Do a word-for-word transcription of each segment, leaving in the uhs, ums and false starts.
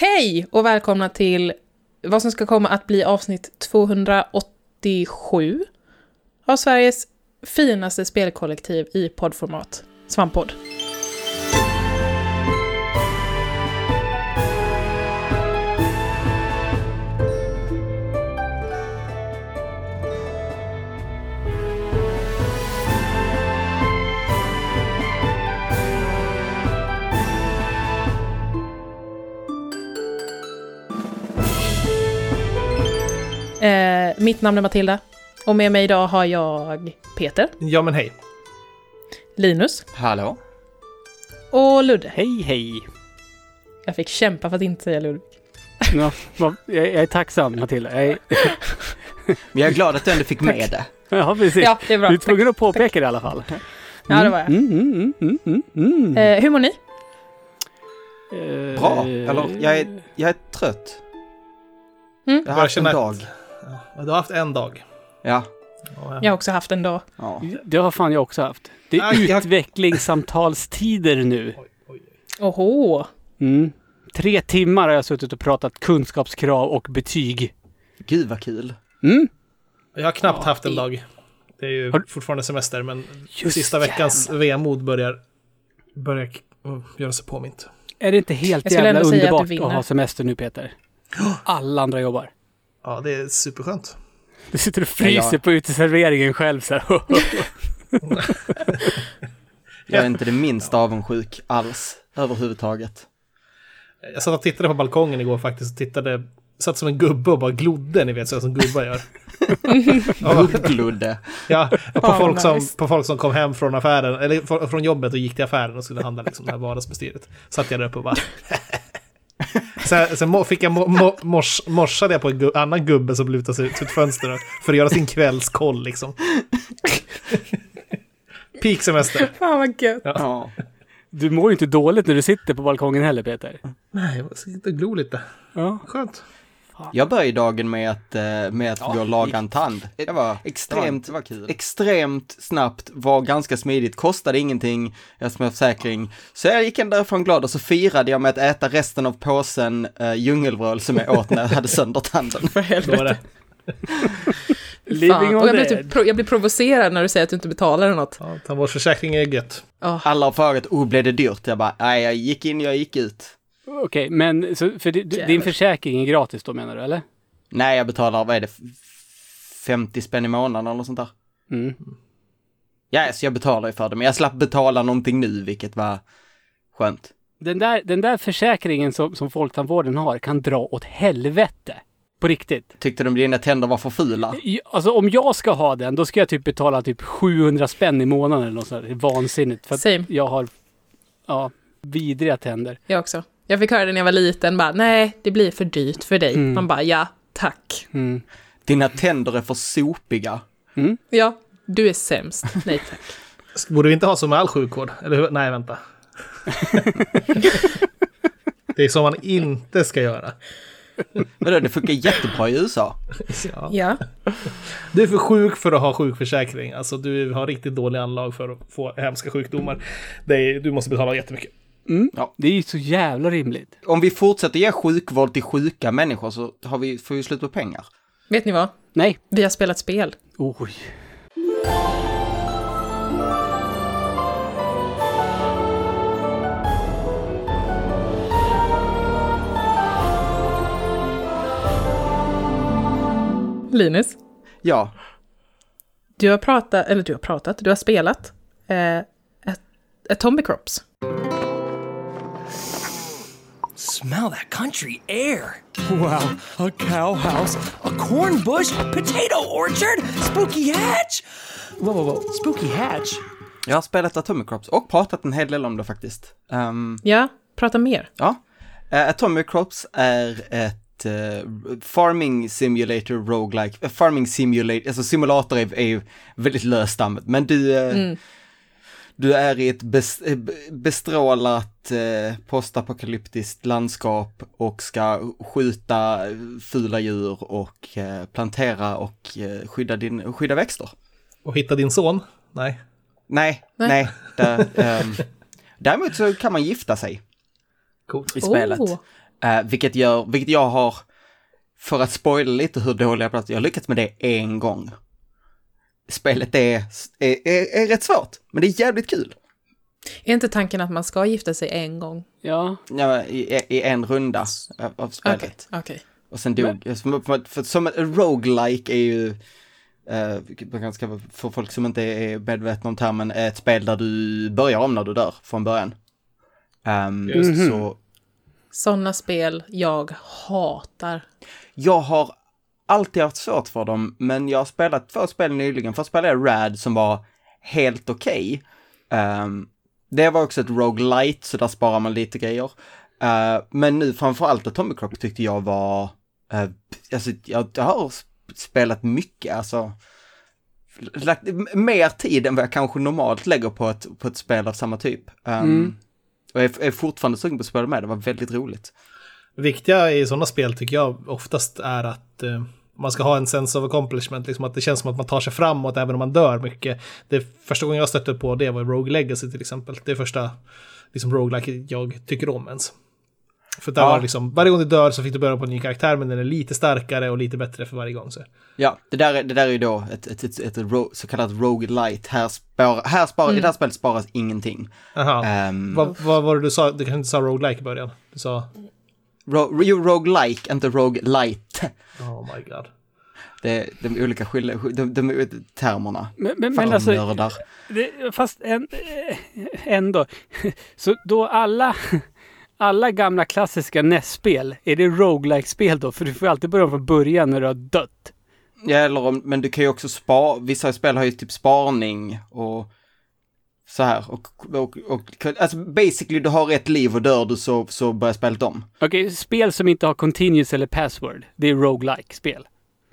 Hej och välkomna till vad som ska komma att bli avsnitt tvåhundraåttiosju av Sveriges finaste spelkollektiv i poddformat, Svamppodd. Eh, mitt namn är Matilda och med mig idag har jag Peter. Ja men hej. Linus. Hallå. Och Ludde. Hej hej. Jag fick kämpa för att inte säga Ludde. Ja, jag är tacksam Matilda. Jag är... Men jag är glad att du ändå fick med det. Ja precis. Ja, det är bra. Du är tvungen att påpeka det i alla fall. Mm. Ja det var jag. Mm, mm, mm, mm, mm. Eh, hur mår ni? Bra. Eller jag är, jag är trött. Mm. Jag har haft en dag. Ja, du har haft en dag. Ja. Jag har också haft en dag. Ja. Det har fan jag också haft. Det är Nej, jag- utvecklingssamtalstider nu. Oho. Mm. Tre timmar har jag suttit och pratat kunskapskrav och betyg. Gud vad kul. Mm. Jag har knappt Ja, haft en det- dag. Det är ju Har- fortfarande semester, men Just sista veckans jävlar. vemod börjar, börjar k- göra sig påmint. Är det inte helt Jag skulle jävla ändå säga att du underbart att, vinner. ha semester nu Peter? Alla andra jobbar. Ja, det är superskönt. Du sitter och fryser Ja, jag- på uteserveringen själv så här. Jag är inte det minsta avundsjuk alls. Överhuvudtaget. Jag satt och tittade på balkongen igår faktiskt och tittade, satt som en gubbe och bara glodde, ni vet, så som gubbar gör. Glodde. Ja, på, Oh, folk som, nice. på folk som kom hem från affären, eller fr- från jobbet och gick till affären och skulle handla liksom det här vardagsbestyret. Satt jag där uppe och bara... Sen, sen mo- fick jag mo- mo- mors, morsade jag på en gu- annan gubbe som lutade sig ut ett fönster för att göra sin kvällskoll liksom. Peak semester. Fan vad gött. Ja. Du mår ju inte dåligt när du sitter på balkongen heller Peter. Nej, jag ska inte glo lite. Ja. Skönt. Jag började dagen med att, eh, med att gå och laga en tand. Det var extremt, det var kul. Extremt snabbt, var ganska smidigt, kostade ingenting, jag som har försäkring. Så jag gick en därifrån glad och så firade jag med att äta resten av påsen eh, djungelvrål som jag åt när jag hade sönder tanden. För Då var helvete. det. Living Fan. on Och jag blir, the typ, pro- jag blir provocerad när du säger att du inte betalar eller något. Ja, tandvårdsförsäkring är gött. Oh. Alla har frågat, oh blev det dyrt? Jag bara, nej jag gick in, jag gick ut. Okej, men så, för di- Jävlar. din försäkring är gratis då menar du, eller? Nej, jag betalar, vad är det, femtio spänn i månaden eller något sånt där. Mm. Ja, så jag betalar ju för det, men jag slapp betala någonting nu, vilket var skönt. Den där, den där försäkringen som, som Folktandvården har kan dra åt helvete. På riktigt. Tyckte de dina tänder var för fula? I- Alltså om jag ska ha den, då ska jag typ betala typ sjuhundra spänn i månaden eller något sånt. Det är vansinnigt. För att Same. jag har, ja, vidriga tänder. Jag också. Jag fick höra det när jag var liten. Bara, nej, det blir för dyrt för dig. Mm. Man bara, ja, tack. Mm. Dina tänder är för sopiga. Ja, du är sämst. Nej, tack. Borde vi inte ha så med all sjukvård? Eller hur? Nej, vänta. Det är som man inte ska göra. Vadå, det funkar jättebra i U S A. Ja. Ja. Du är för sjuk för att ha sjukförsäkring. Alltså du har riktigt dålig anlag för att få hemska sjukdomar. Det är, du måste betala jättemycket. Mm. Ja. Det är ju så jävla rimligt. Om vi fortsätter ge sjukvård till sjuka människor så har vi, får vi slut på pengar. Vet ni vad? Nej. Vi har spelat spel. Oj. Linus, Ja, du har pratat, eller du har pratat, du har spelat eh, ett, ett Tommy Crops. Smell that country air. Wow, a cow house, a corn bush, potato orchard, spooky hatch. Whoa, whoa, whoa, spooky hatch? jag har spelat Atomic Crops och pratat en hel del om det faktiskt. Um, Ja, prata mer. ja, uh, Atomic Crops är ett uh, farming simulator roguelike. Uh, farming simulator, alltså simulator är, är ju väldigt löst använt, men du... Uh, Mm. Du är i ett bes- bestrålat eh, postapokalyptiskt landskap och ska skjuta fula djur och eh, plantera och eh, skydda, din, skydda växter. Och hitta din son? Nej. Nej, Nej. nej. Det, ehm, däremot så kan man gifta sig Coolt. i spelet. Oh. Uh, vilket, gör, vilket jag har, för att spoila lite hur dåliga jag jag har lyckats med det en gång. Spelet är, är, är, är rätt svårt, men det är jävligt kul. Är inte tanken att man ska gifta sig en gång? Ja. Ja, i, i en runda av, av spelet. Okej, okay, okay. Och sen dog, men... för, för, som ett roguelike är ju, uh, ganska, för folk som inte är medvetna om termen, ett spel där du börjar om när du dör från början. Um, mm-hmm. så... Sådana spel jag hatar. Jag har alltid haft svårt för dem, men jag har spelat två spel nyligen. Först spelade jag Rad som var helt okej. Okay. Um, det var också ett roguelite, så där sparar man lite grejer. Uh, men nu framförallt Atomic Croc tyckte jag var... Uh, alltså, jag, jag har spelat mycket, alltså... Lagt mer tid än vad jag kanske normalt lägger på ett, på ett spel av samma typ. Um, mm. Och jag är fortfarande sugen på att spela med, det var väldigt roligt. Viktiga i sådana spel tycker jag oftast är att uh, man ska ha en sense of accomplishment, liksom att det känns som att man tar sig framåt även om man dör mycket. Det första gången jag stötte på det var Rogue Legacy till exempel. Det är första liksom, roguelike jag tycker om ens. För där ja. var liksom, varje gång du dör så fick du börja på en ny karaktär, men den är lite starkare och lite bättre för varje gång. Så. Ja, det där, är, det där är ju då ett, ett, ett, ett, ett ro, så kallat roguelite. Här spara, här spara, mm. I det här spelet sparas ingenting. Jaha, um, vad, vad var det du sa? Du kanske inte sa roguelike i början? Du sa... Ro, jo, roguelike, inte roguelite. Oh my god. Det, de olika skilda, de, de, de termerna. Men, men, men alltså, det, fast en, ändå. Så då alla... Alla gamla klassiska N E S-spel, är det roguelike-spel då? För du får alltid börja från början när du har dött. Ja, eller om, men du kan ju också spara, vissa spel har ju typ sparning och så här. Och, och, och, alltså basically du har ett liv och dör du så, så börjar spelet om. Okej, okay, spel som inte har continuous eller password, det är roguelike-spel.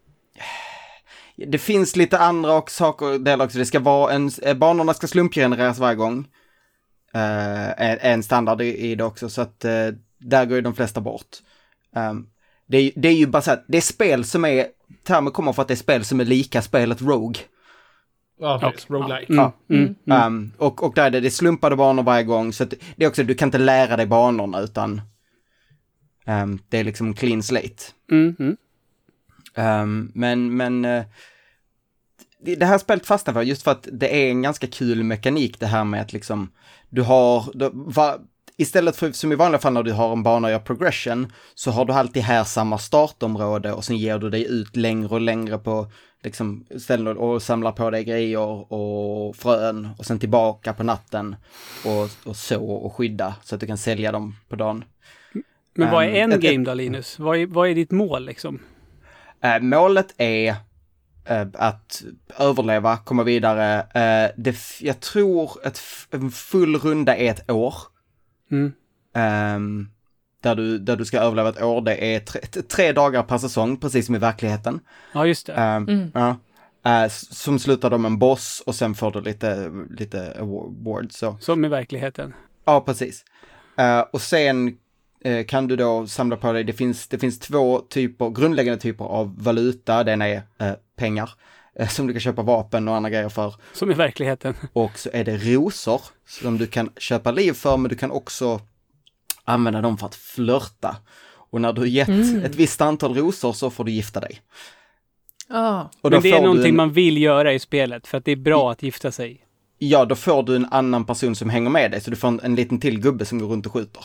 Det finns lite andra och saker där också. Det ska vara en, banorna ska slumpgenereras varje gång. Uh, en standard i, i det också, så att uh, där går ju de flesta bort. Um, det, är, det är ju bara så att det är spel som är, termen kommer för att det är spel som är lika spelet Rogue. Ja, precis. Okay. Roguelike. Mm, mm, mm. Um, och, och där är det, det är slumpade banor varje gång, så att det är också, du kan inte lära dig banorna utan um, det är liksom clean slate. Mm, mm. Um, men, men uh, det, det här spelet fastnar för just för att det är en ganska kul mekanik det här med att liksom du har, du, va, istället för som i vanliga fall när du har en bana och gör progression, så har du alltid här samma startområde och sen ger du dig ut längre och längre på liksom ställen och samlar på dig grejer och frön och sen tillbaka på natten och, och så och skydda så att du kan sälja dem på dagen. Men vad är endgame då, Linus? Vad är, vad är ditt mål liksom? Uh, målet är uh, att överleva, komma vidare. Uh, det, jag tror att en full runda är ett år. Mm. Um, där, du, där du ska överleva ett år. Det är tre, tre dagar per säsong, precis som i verkligheten. Ja, just det. Um, mm. uh, uh, som slutar de med en boss och sen får du lite, lite awards. Så. Som i verkligheten. Ja, precis. Uh, och sen kan du då samla på dig, det finns, det finns två typer, grundläggande typer av valuta. Den är eh, pengar eh, som du kan köpa vapen och andra grejer för. Som i verkligheten. Och så är det rosor som du kan köpa liv för, men du kan också använda dem för att flirta. Och när du har gett mm. ett visst antal rosor så får du gifta dig. Ah. Och men det är någonting en, man vill göra i spelet för att det är bra att gifta sig. Ja, då får du en annan person som hänger med dig, så du får en, en liten till gubbe som går runt och skjuter.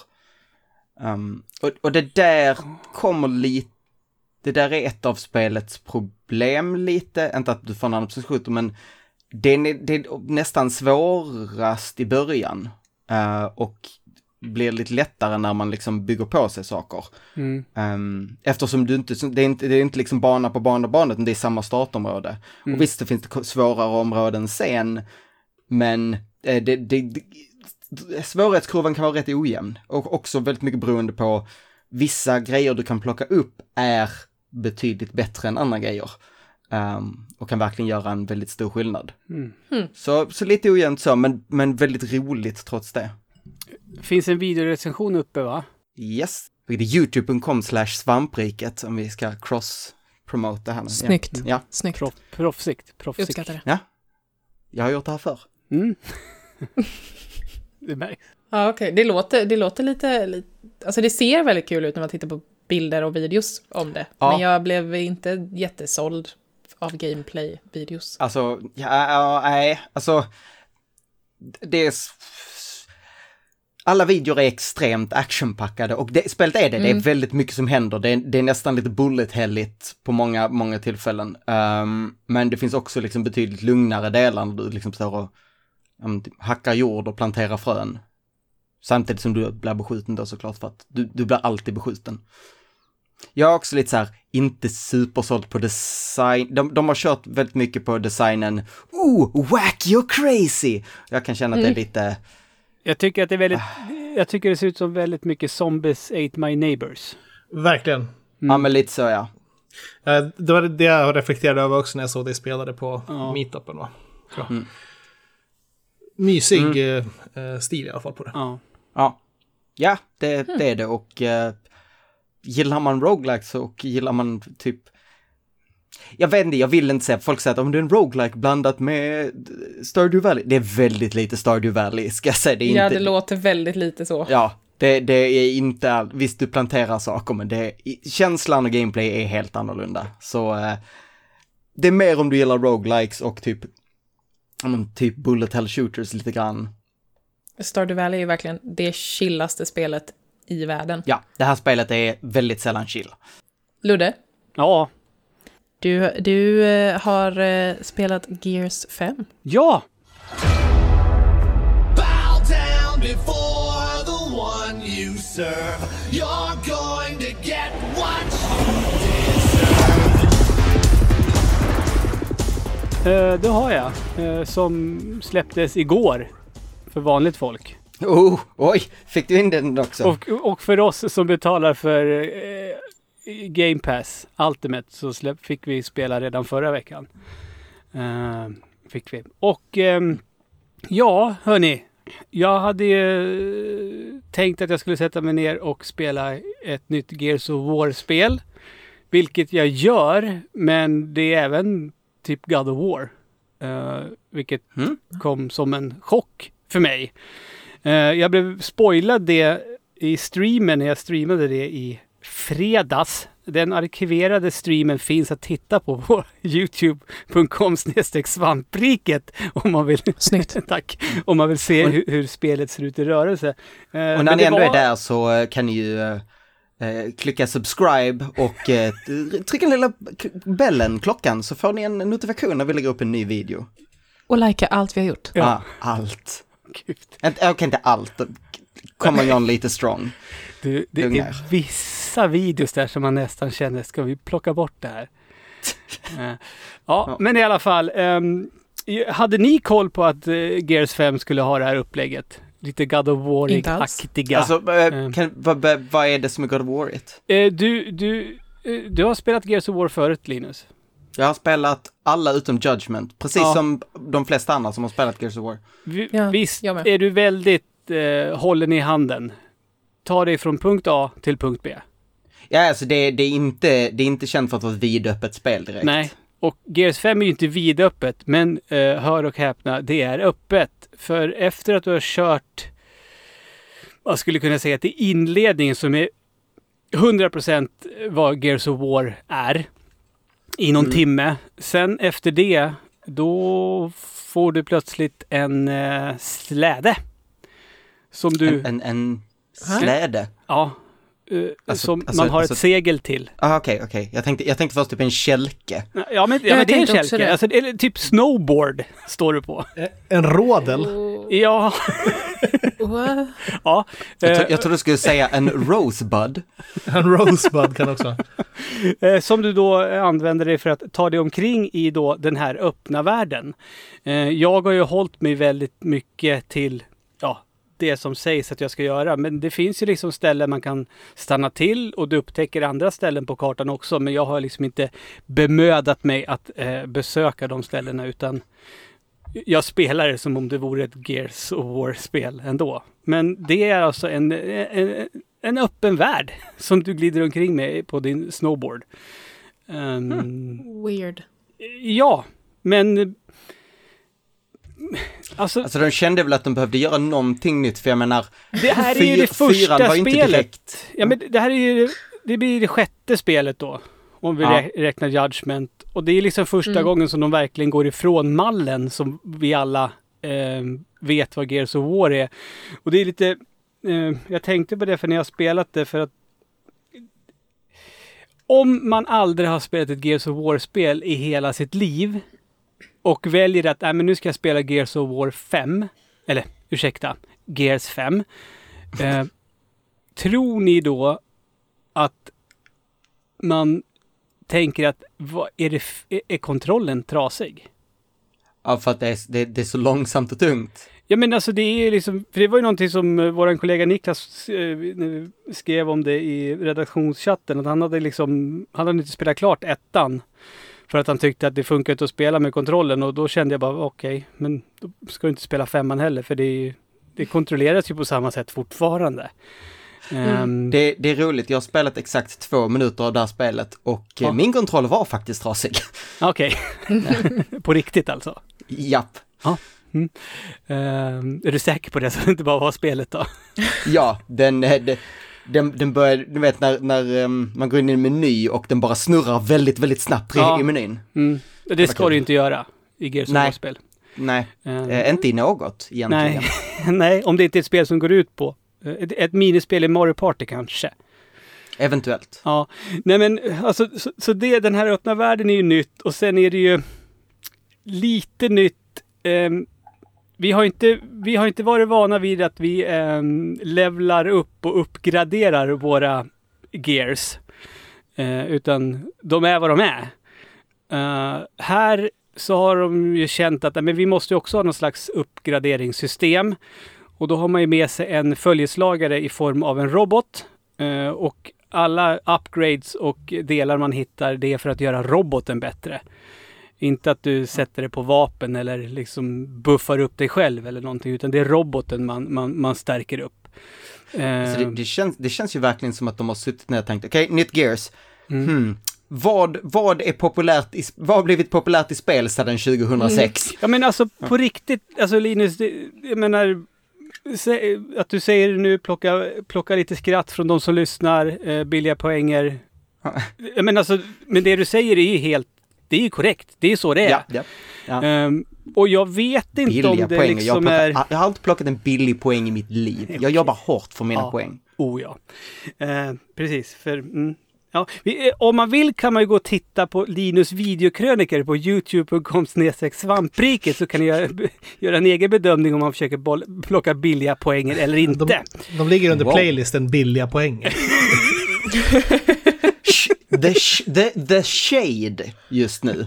Um, och, och det där kommer lite, det där är ett av spelets problem lite, inte att du får en annan person skjuter, men det är, det är nästan svårast i början uh, och blir lite lättare när man liksom bygger på sig saker. Mm. Um, eftersom du inte, det är inte, det är inte liksom bana på bana på bana, utan det är samma startområde. Mm. Och visst, det finns det svårare områden sen, men uh, det, det, det svårighetskurvan kan vara rätt ojämn och också väldigt mycket beroende på vissa grejer du kan plocka upp är betydligt bättre än andra grejer um, och kan verkligen göra en väldigt stor skillnad. Mm. Mm. Så, så lite ojämnt så, men, men väldigt roligt trots det. Finns en videorecension uppe, va? Yes. Det är youtube dot com slash svampriket om vi ska cross-promota här. Snyggt. Ja. Snyggt. Proff, proffsigt. proffsigt. Uppskattar det. Ja. Jag har gjort det här förr. Mm. Det märks. Ja, okej. Okay. Det låter, det låter lite, lite... Alltså det ser väldigt kul ut när man tittar på bilder och videos om det. Ja. Men jag blev inte jättesåld av gameplay-videos. Alltså, ja, ja, nej. Alltså, det är... Alla videor är extremt actionpackade och det, spelet är det. Mm. Det är väldigt mycket som händer. Det är, det är nästan lite bullet-helligt på många, många tillfällen. Um, men det finns också liksom betydligt lugnare delar när du liksom står och um, hackar jord och planterar frön. Samtidigt som du blir beskjuten då såklart, för att du, du blir alltid beskjuten. Jag är också lite så här, inte supersåld på design. De, de har kört väldigt mycket på designen. Oh, whack, you're crazy! Jag kan känna att mm. det är lite... Jag tycker att det är väldigt... Jag tycker det ser ut som väldigt mycket Zombies Ate My Neighbors. Verkligen. Mm. Ja, men lite så, ja. Det var det jag reflekterade över också när jag såg det spelade på ja. Meetupen, va? Mm. Mysig mm. eh, stil i alla fall på det. Ja, ja. ja det, mm. det är det. Och eh, gillar man roguelikes och gillar man typ... Jag vet inte, jag vill inte säga, folk säger att om det är en roguelike blandat med Stardew Valley, det är väldigt lite Stardew Valley, ska jag säga. Det är ja, inte, det låter väldigt lite så. Ja, det, det är inte all, visst du planterar saker, men det, känslan och gameplay är helt annorlunda. Så eh, det är mer om du gillar roguelikes och typ, typ bullet hell shooters lite grann. Stardew Valley är ju verkligen det chillaste spelet i världen. Ja, det här spelet är väldigt sällan chill. Ludde? Ja. Du, du uh, har uh, spelat Gears fem. Ja! Bow down before the one you serve. You're going to get what you deserve. Uh, det har jag. Uh, som släpptes igår. För vanligt folk. Oh, oj, fick du in den också? Och, och för oss som betalar för... Uh, Game Pass Ultimate så släpp, fick vi spela redan förra veckan. Uh, fick vi. Och um, ja, hörni. Jag hade uh, tänkt att jag skulle sätta mig ner och spela ett nytt Gears of War-spel. Vilket jag gör, men det är även typ God of War. Uh, vilket mm. kom som en chock för mig. Uh, jag blev spoilad det i streamen när jag streamade det i fredags. Den arkiverade streamen finns att titta på på youtube punkt com snedstreck svampriket om man vill. Snyggt. Tack. Om man vill se hur, hur spelet ser ut i rörelse. Uh, och när ni ändå var... är där så kan ni ju uh, klicka subscribe och uh, trycka den lilla bellen, klockan, så får ni en notifikation när vi lägger upp en ny video. Och likea allt vi har gjort. Ja, ah, allt. Gud. Okej, okay, inte allt. Kommer jag lite strong. Du, det Lungar. Är vissa videos där som man nästan känner, ska vi plocka bort det här? uh, ja, ja, men i alla fall. Um, hade ni koll på att uh, Gears fem skulle ha det här upplägget? Lite God of War-aktiga. Alltså, uh, kan, vad, vad är det som är God of War-igt? Uh, du, du, uh, du har spelat Gears of War förut, Linus. Jag har spelat alla utom Judgment. Precis ja. som de flesta andra som har spelat Gears of War. Vi, ja, visst är du väldigt uh, hållen i handen. Ta dig från punkt A till punkt B. Ja, alltså det, det, är inte, det är inte känt för att vara ett vidöppet spel direkt. Nej, och Gears fem är ju inte vidöppet, men uh, hör och häpna, det är öppet. För efter att du har kört, jag skulle kunna säga till inledningen som är hundra procent vad Gears of War är i någon mm. timme. Sen efter det, då får du plötsligt en uh, släde. Som du... En... en, en... Släde? Ja, uh, alltså, som alltså, man har alltså, ett segel till. Ah, okej, okay, okej. Okay. Jag tänkte, jag tänkte först typ en kälke. Ja, men, ja, men det är en kälke. Det. Alltså, eller typ snowboard står det på. En rådel? Oh. Ja. ja. Jag, t- jag tror du skulle säga en rosebud. En rosebud kan också. Som du då använder dig för att ta dig omkring i då den här öppna världen. Jag har ju hållit mig väldigt mycket till, ja, det som sägs att jag ska göra. Men det finns ju liksom ställen man kan stanna till och du upptäcker andra ställen på kartan också. Men jag har liksom inte bemödat mig att eh, besöka de ställena, utan jag spelar det som om det vore ett Gears of War-spel ändå. Men det är alltså en, en, en öppen värld som du glider omkring med på din snowboard. Um, mm. Weird. Ja, men Alltså, alltså de kände väl att de behövde göra någonting nytt, för jag menar, det här är fyr, ju det första var spelet. Direkt... Ja, men det här är ju, det blir det sjätte spelet då, om vi ja. räknar Judgment. Och det är liksom första mm. gången som de verkligen går ifrån mallen som vi alla eh, vet vad Gears of War är. Och det är lite, eh, jag tänkte på det för när jag spelat det, för att om man aldrig har spelat ett Gears of War-spel i hela sitt liv och väljer att, nej men nu ska jag spela Gears of War fem, eller ursäkta, Gears fem. Eh, tror ni då att man tänker att, vad, är, det, är kontrollen trasig? Ja, för att det är, det, det är så långsamt och tungt. Ja, men alltså det är liksom, för det var ju någonting som vår kollega Niklas eh, skrev om det i redaktionschatten, att han hade liksom, han hade inte spelat klart ettan för att han tyckte att det funkar inte att spela med kontrollen, och då kände jag bara okej, okay, men då ska du inte spela femman heller, för det, är, det kontrolleras ju på samma sätt fortfarande. Mm. Um, det, det är roligt, jag har spelat exakt två minuter av det här spelet och ja. min kontroll var faktiskt trasig. Okej, okay. På riktigt alltså? Japp. Ja. Mm. Um, är du säker på det, så det inte bara var spelet då? Ja, den, den, den, den börjar, du vet när, när um, man går in i en meny och den bara snurrar väldigt, väldigt snabbt ja. i, i menyn. Mm. Det, det ska du inte göra i Gears of War-spel. Nej, um, äh, inte i något egentligen. Nej. Nej, om det inte är ett spel som går ut på ett, ett minispel i Mario Party kanske. Eventuellt. Ja, nej men alltså, så, så det, den här öppna världen är ju nytt, och sen är det ju lite nytt. Um, Vi har, inte, vi har inte varit vana vid att vi eh, levlar upp och uppgraderar våra gears. Eh, utan de är vad de är. Uh, här så har de ju känt att men vi måste också ha någon slags uppgraderingssystem. Och då har man ju med sig en följeslagare i form av en robot. Uh, och alla upgrades och delar man hittar, det är för att göra roboten bättre. Inte att du sätter det på vapen eller liksom buffar upp dig själv eller någonting, utan det är roboten man, man, man stärker upp. Alltså det, det, känns, det känns ju verkligen som att de har suttit ner och tänkt, okej, okay, nytt Gears. Mm. Hmm. Vad, vad är populärt i, vad har blivit populärt i spel sedan tjugohundrasex? Mm. Ja, men alltså på riktigt, alltså Linus, det, jag menar, sä, att du säger nu, plocka, plocka lite skratt från de som lyssnar, eh, billiga poänger. Jag menar, alltså, men det du säger är ju helt, det är ju korrekt. Det är så det är. Ja, ja, ja. Um, och jag vet inte billiga om det poäng. liksom jag, plockat, är... jag har alltid plockat en billig poäng i mitt liv. Jag jobbar hårt för mina ja. poäng. Oh ja. Uh, precis. För, mm, ja. Vi, om man vill kan man ju gå och titta på Linus videokröniker på youtube punkt com snedstreck svampriket, så kan ni göra, göra en egen bedömning om man försöker boll, plocka billiga poänger eller inte. De, de ligger under wow. playlisten billiga poänger. The, sh- the, the shade just nu.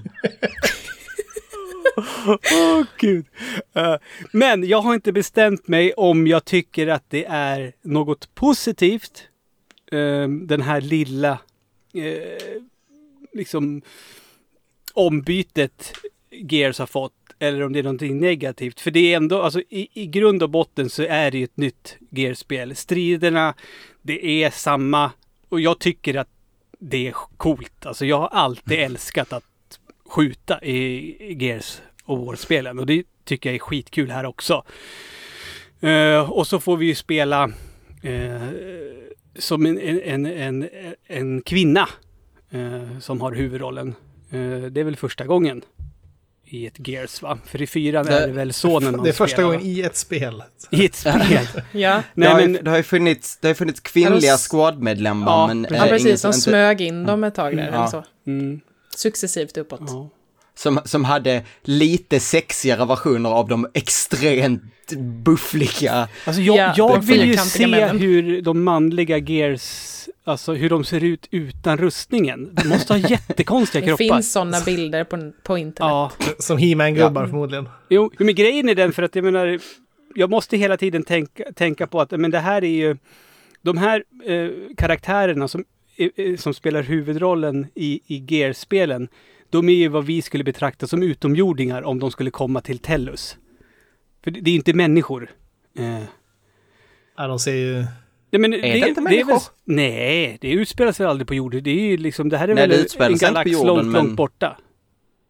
Åh oh, gud. Uh, men jag har inte bestämt mig om jag tycker att det är något positivt. Uh, den här lilla uh, liksom ombytet Gears har fått. Eller om det är någonting negativt. För det är ändå, alltså i, i grund och botten så är det ju ett nytt Gears-spel. Striderna, det är samma. Och jag tycker att det är coolt. Alltså jag har alltid älskat att skjuta i Gears of War-spelen. Och det tycker jag är skitkul här också. Uh, och så får vi ju spela uh, som en, en, en, en kvinna uh, som har huvudrollen. Uh, det är väl första gången i ett Gears, va? För i fyran det, är det väl sonen man Det är första spelar, gången i ett spel. I ett spel. Ja. Nej, det, har ju, det har ju funnits, det har funnits kvinnliga alltså, squadmedlemmar. Ja, men, ja precis. De inte, smög in dem ett tag där. Mm, eller ja. så. Mm. Successivt uppåt. Ja. Som, som hade lite sexigare versioner av de extremt buffliga. Alltså jag, ja, jag vill ju se männen. hur de manliga Gears, alltså hur de ser ut utan rustningen. De måste ha jättekonstiga det kroppar. Det finns sådana bilder på, på internet. Ja. Som He-Man-gubbar ja. förmodligen. Jo, men grejen är den, för att jag menar, jag måste hela tiden tänka, tänka på att men det här är ju, de här eh, karaktärerna som, eh, som spelar huvudrollen i, i Gears-spelen, de är ju vad vi skulle betrakta som utomjordingar om de skulle komma till Tellus. För det, det är inte människor. Eh. Ja, de ser ju... Ja, men är det, det inte det är väl, människor? nej, det utspelar sig aldrig på jorden. Det är ju liksom, det här är nej, väl det en galax på jorden, långt, men... långt borta.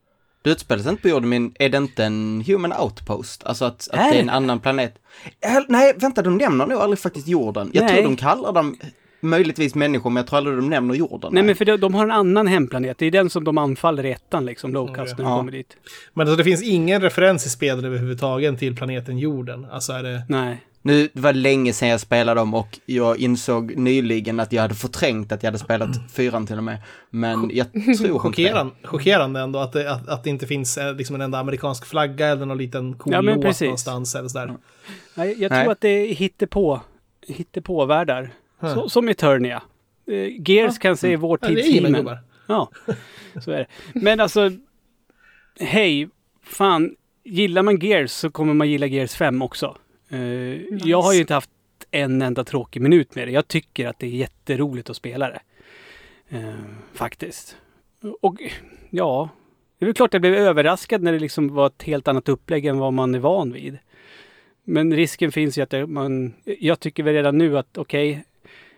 Det utspelas inte på jorden, men är det inte en human outpost? Alltså att, att det är en annan planet? Äh, nej, vänta, de nämner nog aldrig faktiskt jorden. Jag nej. tror de kallar dem möjligtvis människor, men jag tror aldrig de nämner jorden. Nej, nej men för de, de har en annan hemplanet. Det är den som de anfaller i ettan, liksom, Lowcast, när de ja. kommer dit. Men alltså, det finns ingen referens i spelet överhuvudtaget till planeten jorden. Alltså är det... Nej. Nu det var länge sedan jag spelade dem och jag insåg nyligen att jag hade förträngt att jag hade spelat fyran till och med. Men jag tror chockerande, chockerande ändå att det, att, att det inte finns liksom en enda amerikansk flagga eller någon liten cool ja, låt precis. någonstans eller sådär. Ja. Jag, jag tror Nej. att det är hittepå, hittepå-världar. Hmm. Så, som Eternia. Uh, Gears ja. kan säga vår tidshimmel. Ja, så är det. Men alltså, hej, fan, gillar man Gears så kommer man gilla Gears fem också. Uh, nice. Jag har ju inte haft en enda tråkig minut med det. Jag tycker att det är jätteroligt att spela det. Uh, faktiskt. Och ja, det är väl klart att jag blev överraskad när det liksom var ett helt annat upplägg än vad man är van vid. Men risken finns ju att det, man... Jag tycker väl redan nu att okej, okay,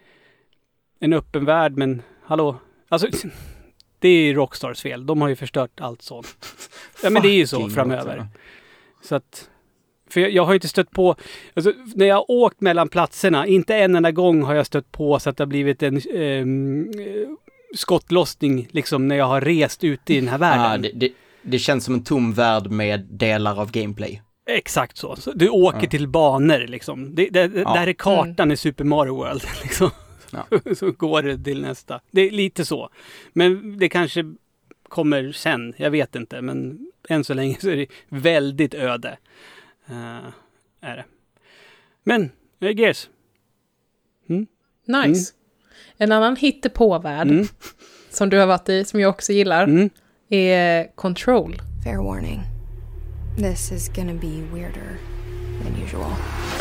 en öppen värld, men hallå, alltså det är Rockstars fel. De har ju förstört allt sånt. Ja, men det är ju så framöver. Så att för jag, jag har ju inte stött på, alltså, när jag har åkt mellan platserna, inte en enda gång har jag stött på så att det har blivit en eh, skottlossning liksom när jag har rest ute i den här världen. Ah, det, det, det känns som en tom värld med delar av gameplay. Exakt så. så du åker ja. till banor liksom. Det, det, ja. Där är kartan mm. i Super Mario World liksom. Ja. Så går det till nästa. Det är lite så. Men det kanske kommer sen. Jag vet inte. Men än så länge så är det väldigt öde. Uh, är det. Men, uh, Gears. Mm. Nice. Mm. En annan hittepåvärld mm. som du har varit i, som jag också gillar, mm. är Control. Fair warning. This is gonna be weirder than usual.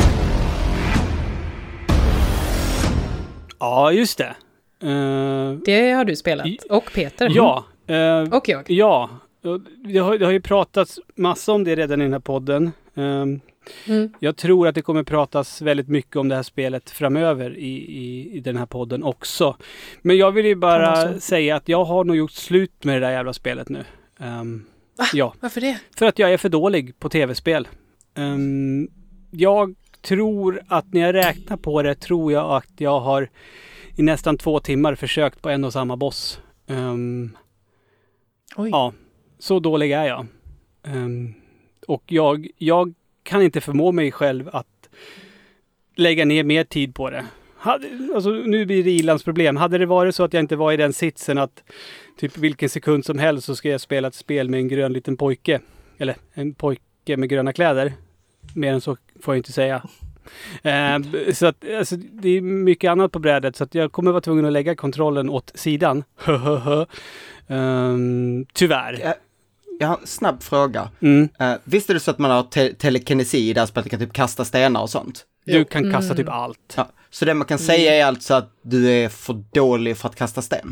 Ja, just det. Uh, det har du spelat. Och Peter. Ja. Uh, och jag. Ja. Det har, det har ju pratats massa om det redan i den här podden. Um, mm. Jag tror att det kommer pratas väldigt mycket om det här spelet framöver i, i, i den här podden också. Men jag vill ju bara alltså. säga att jag har nog gjort slut med det där jävla spelet nu. Um, Va? Ja. Varför det? För att jag är för dålig på tv-spel. Um, jag tror att när jag räknar på det tror jag att jag har i nästan två timmar försökt på en och samma boss. Um, Oj. Ja, så dålig är jag. Um, och jag, jag kan inte förmå mig själv att lägga ner mer tid på det. Hade, alltså, nu blir det ilandsproblem. Hade det varit så att jag inte var i den sitsen att typ vilken sekund som helst så ska jag spela ett spel med en grön liten pojke. Eller en pojke med gröna kläder. Mer än så får jag inte säga. Uh, så att, alltså, det är mycket annat på brädet så att jag kommer vara tvungen att lägga kontrollen åt sidan. um, tyvärr. Jag, jag har en snabb fråga. Mm. Uh, visst är det så att man har te- telekinesi i det här spelet, kan typ kasta stenar och sånt? Du kan mm. kasta typ allt. Ja, så det man kan säga är alltså att du är för dålig för att kasta sten?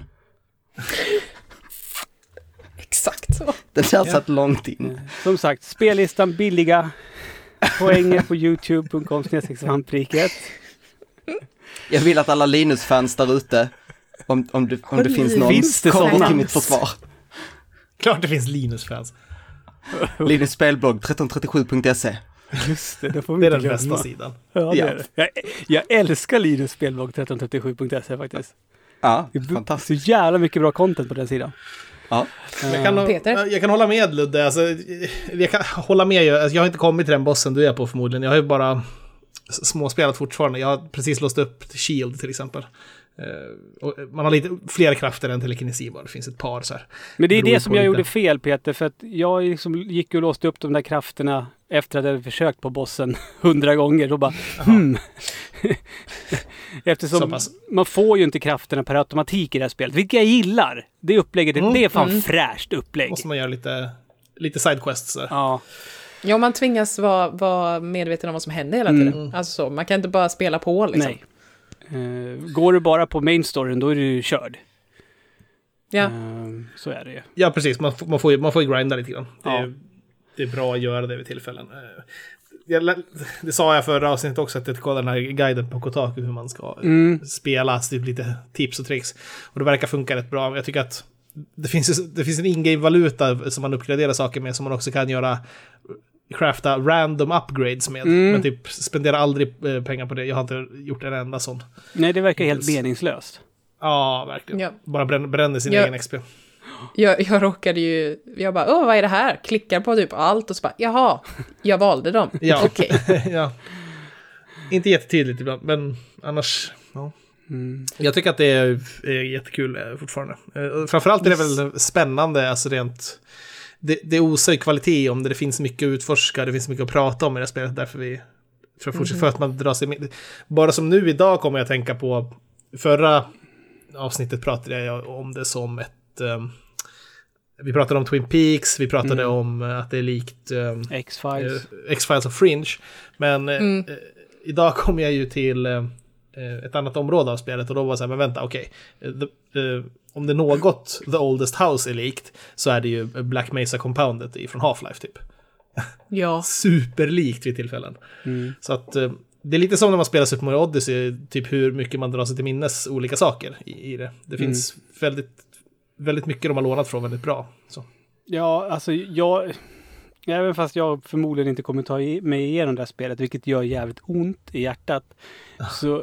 Exakt så. Det har satt långt in. Som sagt, spellistan billiga. Poänger på youtube punkt com snedstreck svampriket. Jag vill att alla Linus-fans där ute, om, om, det, om det finns någon, finns det kommer till mitt försvar. Klart det finns Linus-fans. Linus spelblogg tretton trettiosju punkt se. Just det, det, får vi det är den glömma. bästa sidan. Ja, det är det. Jag, jag älskar Linus spelblogg tretton trettiosju punkt se faktiskt. Ja, det är fantastiskt. så jävla mycket bra content på den sidan. Ja. Jag, kan, Peter? jag kan hålla med Ludde. Alltså, jag kan hålla med. Alltså, jag har inte kommit till den bossen du är på förmodligen. Jag har ju bara småspelat fortfarande. Jag har precis låst upp Shield till exempel. Uh, och man har lite fler krafter än telekinesi bara. Det finns ett par så här. Men det är det som jag lite. gjorde fel, Peter. För att jag liksom gick och låste upp de där krafterna efter att jag hade försökt på bossen hundra gånger. Och bara, hmm. Eftersom man får ju inte krafterna per automatik i det här spelet. Vilket jag gillar. Det upplägget, mm. det är fan mm. fräscht upplägg. Måste man göra lite, lite sidequests. Så. Ja. Ja, man tvingas vara, vara medveten om vad som händer hela tiden. Mm. Alltså så, man kan inte bara spela på liksom. Nej. Uh, går du bara på main storyn, då är du ju körd. Ja. Uh, så är det ju. Ja, precis. Man, man, får ju, man får ju grinda lite grann. Det, ja. är, det är bra att göra det vid tillfällen. Uh, jag, det sa jag förra avsnittet också, att jag kollade den här guiden på Kotaku hur man ska mm. spela, typ lite tips och tricks. Och det verkar funka rätt bra. Jag tycker att det finns, det finns en in-game-valuta som man uppgraderar saker med, som man också kan göra crafta random upgrades med. Mm. Men typ spendera aldrig pengar på det. Jag har inte gjort en enda sån. Nej, det verkar helt meningslöst. Ja, verkligen. Ja. Bara bränner, bränner sin jag, egen X P. Jag, jag råkade ju... Jag bara, åh, vad är det här? Klickar på typ allt och så bara, jaha, jag valde dem. Ja. Okej. Ja. Inte jättetydligt ibland, men annars... Ja. Mm. Jag tycker att det är, är jättekul fortfarande. Framförallt är det väl spännande, alltså rent... Det, det osar ju kvalitet om det. Det finns mycket att utforska, det finns mycket att prata om i det här spelet, därför vi... För att fortsätta, mm. för att man drar sig med. Bara som nu idag kommer jag att tänka på... Förra avsnittet pratade jag om det som ett... Um, vi pratade om Twin Peaks, vi pratade mm. om att det är likt... Um, X-Files. Uh, X-Files och Fringe. Men mm. uh, idag kom jag ju till... Uh, ett annat område av spelet och då var det så här, men vänta, okej. Okay. Uh, om det är något The Oldest House är likt så är det ju Black Mesa Compoundet från Half-Life typ. Ja. Superlikt vid tillfällen. Mm. Så att uh, det är lite som när man spelar Super Mario Odyssey, typ hur mycket man drar sig till minnes olika saker i, i det. Det finns mm. väldigt, väldigt mycket de har lånat från väldigt bra. Så. Ja, alltså jag... Även fast jag förmodligen inte kommer ta mig igenom det här spelet, vilket gör jävligt ont i hjärtat, så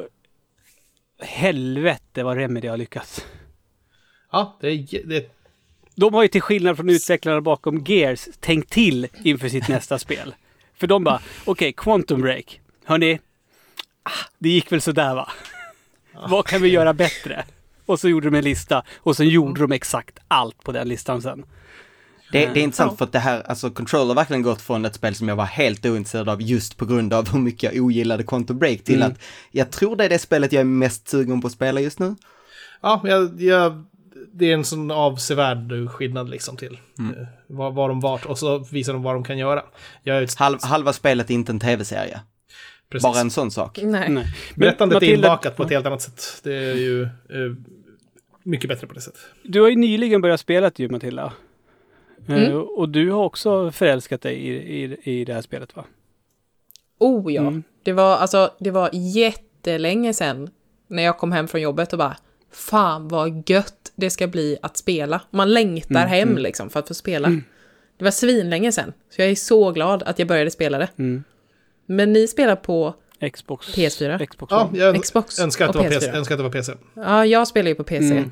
helvete vad Remedy har lyckats. Ja, det är, det är... De har ju till skillnad från utvecklarna bakom Gears tänkt till inför sitt nästa spel. För de bara, okej, okay, Quantum Break. Hörrni, ah, det gick väl sådär va? Ja. Vad kan vi göra bättre? Och så gjorde de en lista och sen gjorde de exakt allt på den listan sen. Det, det är intressant ja. för att det här, alltså Control har verkligen gått från ett spel som jag var helt ointresserad av just på grund av hur mycket jag ogillade Quantum Break till mm. att jag tror det är det spelet jag är mest sugen på att spela just nu. Ja, jag, jag, det är en sån avsevärd skillnad liksom till mm. uh, vad, vad de vart och så visar de vad de kan göra. Jag ett... Halv, halva spelet är inte en tv-serie. Precis. Bara en sån sak. Nej. Nej. Berättandet Matilda... är inbakat på ett helt annat sätt. Det är ju uh, mycket bättre på det sättet. Du har ju nyligen börjat spela ju, Matilda. Mm. Uh, och du har också förälskat dig i, i, i det här spelet, va? Oh ja. Mm. Det var alltså det var jättelänge sedan när jag kom hem från jobbet och bara fan vad gött det ska bli att spela. Man längtar mm. hem liksom för att få spela. Mm. Det var svinlänge sedan. Så jag är så glad att jag började spela det. Mm. Men ni spelar på Xbox. P S fyra? Xbox. Ja, jag Xbox önskar att det var P C. Önskar att det var P C. Ja, jag spelar ju på P C. Mm.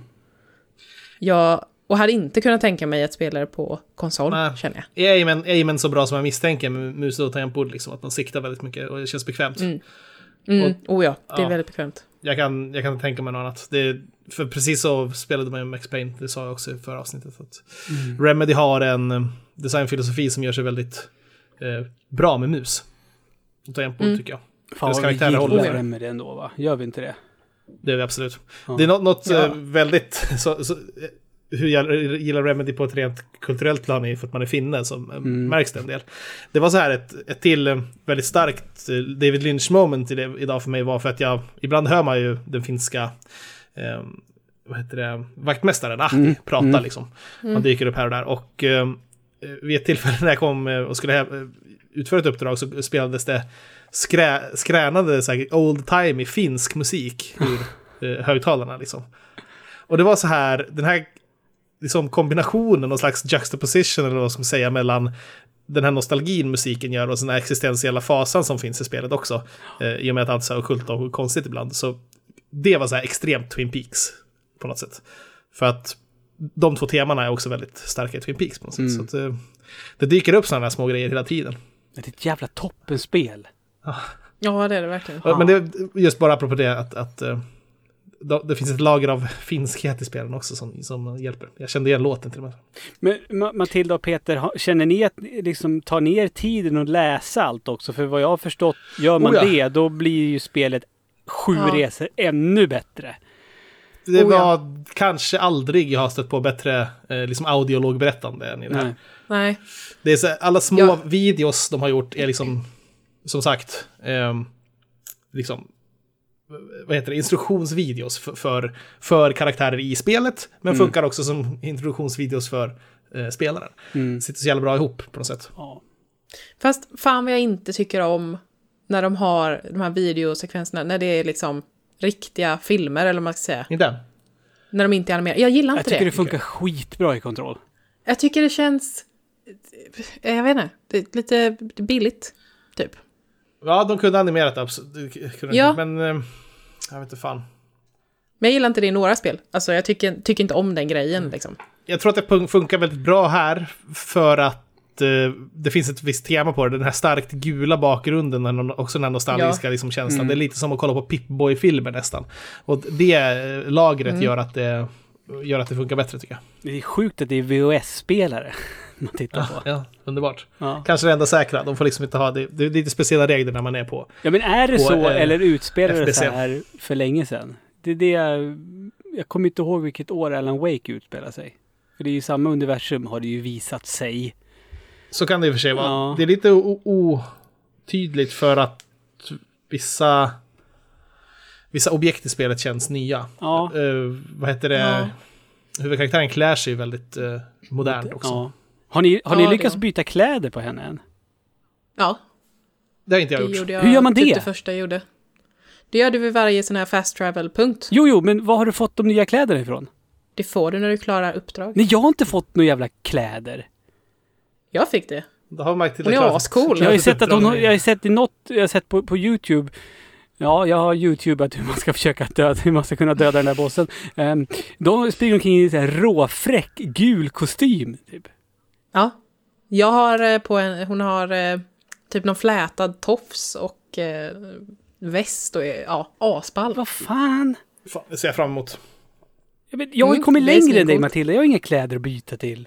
Jag Och hade inte kunnat tänka mig att spela det på konsol, Nej. känner jag. Är aimen, aimen så bra som jag misstänker med mus och tangentbord, liksom, att man siktar väldigt mycket och det känns bekvämt. Mm. Mm. Och, oh ja, det är ja, väldigt bekvämt. Jag kan, jag kan tänka mig något annat. Det, för precis så spelade man ju Max Payne, det sa jag också i förra avsnittet. Att mm. Remedy har en designfilosofi som gör sig väldigt eh, bra med mus. Och tangentbord mm. tycker jag. Fan vad vi gillar Remedy ändå, va? Gör vi inte det? Det är vi absolut. Ja. Det är något, något ja. väldigt... Så, så, hur jag gillar Remedy på ett rent kulturellt plan är för att man är finne, som mm. märks det en del. Det var så här ett, ett till väldigt starkt David Lynch moment i det, idag för mig var för att jag, ibland hör man ju den finska eh, vad heter det, vaktmästaren Ahti mm. prata mm. liksom. Man dyker upp här och där och eh, vid ett tillfälle när jag kom och skulle utföra ett uppdrag så spelades det skrä, skränade så här old time i finsk musik ur eh, högtalarna liksom. Och det var så här, den här liksom kombinationen, någon slags juxtaposition eller vad ska man säga, mellan den här nostalgin musiken gör och den här existentiella fasan som finns i spelet också, eh, i och med att allt är så okult och konstigt ibland. Så det var så här extremt Twin Peaks på något sätt. För att de två temana är också väldigt starka i Twin Peaks på något sätt. Mm. Så att, eh, det dyker upp sådana här små grejer hela tiden. Det är ett jävla toppenspel. Ja. Ja, det är det verkligen. Ja. Men det är just bara apropå det att, att uh, det finns ett lager av finskhet i spelen också som, som hjälper. Jag kände igen låten till och med. Men Matilda och Peter, känner ni att liksom, tar ni er tiden att läsa allt också? För vad jag har förstått, gör man oh ja. det, då blir ju spelet sju ja. resor ännu bättre. Det var oh ja. kanske aldrig jag har stött på bättre eh, liksom audiologberättande än i det här. Nej. Nej. Det är så, alla små ja. videos de har gjort är liksom, som sagt, eh, liksom vad heter det, instruktionsvideos för, för, för karaktärer i spelet, men mm. funkar också som introduktionsvideos för eh, spelaren. Mm. Sitter så jävla bra ihop på något sätt. Ja. Fast fan vad jag inte tycker om när de har de här videosekvenserna, när det är liksom riktiga filmer, eller vad man ska säga. Inte? När de inte är animerade. Jag gillar inte jag tycker det. det funkar skitbra i kontroll. Jag tycker det känns... Jag vet inte. Det är lite billigt, typ. Ja, de kunde animerat absolut. Ja. Men jag vet inte fan. Men jag gillar inte det i några spel. Alltså jag tycker, tycker inte om den grejen liksom. Jag tror att det funkar väldigt bra här för att eh, det finns ett visst tema på det. Den här starkt gula bakgrunden och också den här nostalgiska Ja. liksom, känslan. Mm. Det är lite som att kolla på Pip-Boy-filmer nästan. Och det lagret mm. gör, att det, gör att det funkar bättre tycker jag. Det är sjukt att det är V H S-spelare man tittar Ja, på. ja underbart. Ja. Kanske det enda säkra. De får liksom inte ha det. Det är lite speciella regler när man är på. Ja, men är det på, så eh, eller utspelar det F B C? så här för länge sedan? Det är det jag... Jag kommer inte ihåg vilket år Alan Wake utspelar sig. För det är ju samma universum har det ju visat sig. Så kan det i och för sig vara. Ja. Det är lite otydligt för att vissa vissa objekt i spelet känns nya. Ja. Uh, vad heter det? Ja. Huvudkaraktären klär sig väldigt uh, modernt också. Ja. Har ni, har Ja, ni lyckats det. byta kläder på henne än? Ja, Det har inte det jag gjort. gjorde jag. Hur gör man typ det? det första jag gjorde. Det gör du vid varje sån här fast travel-punkt. Jo, jo, men var har du fått de nya kläderna ifrån? Det får du när du klarar uppdrag. Nej, jag har inte fått några jävla kläder. Jag fick det. Då har man till Hon är klart- ascool. Jag har ju klart sett att hon har, uppdrag. jag har sett i något, jag har sett på, på YouTube. Ja, jag har YouTubeat hur man ska försöka döda, hur man ska kunna döda den där bossen. Um, de springer omkring i en sån här råfräck gul kostym, typ. Ja. Jag har eh, på en... Hon har eh, typ någon flätad tofs och eh, väst och eh, ja, asball. Vad fan? Fan, det ser jag fram emot. Jag, vet, jag har ju Mm, kommit det är längre än dig, svincoolt. Matilda. Jag har inga kläder att byta till.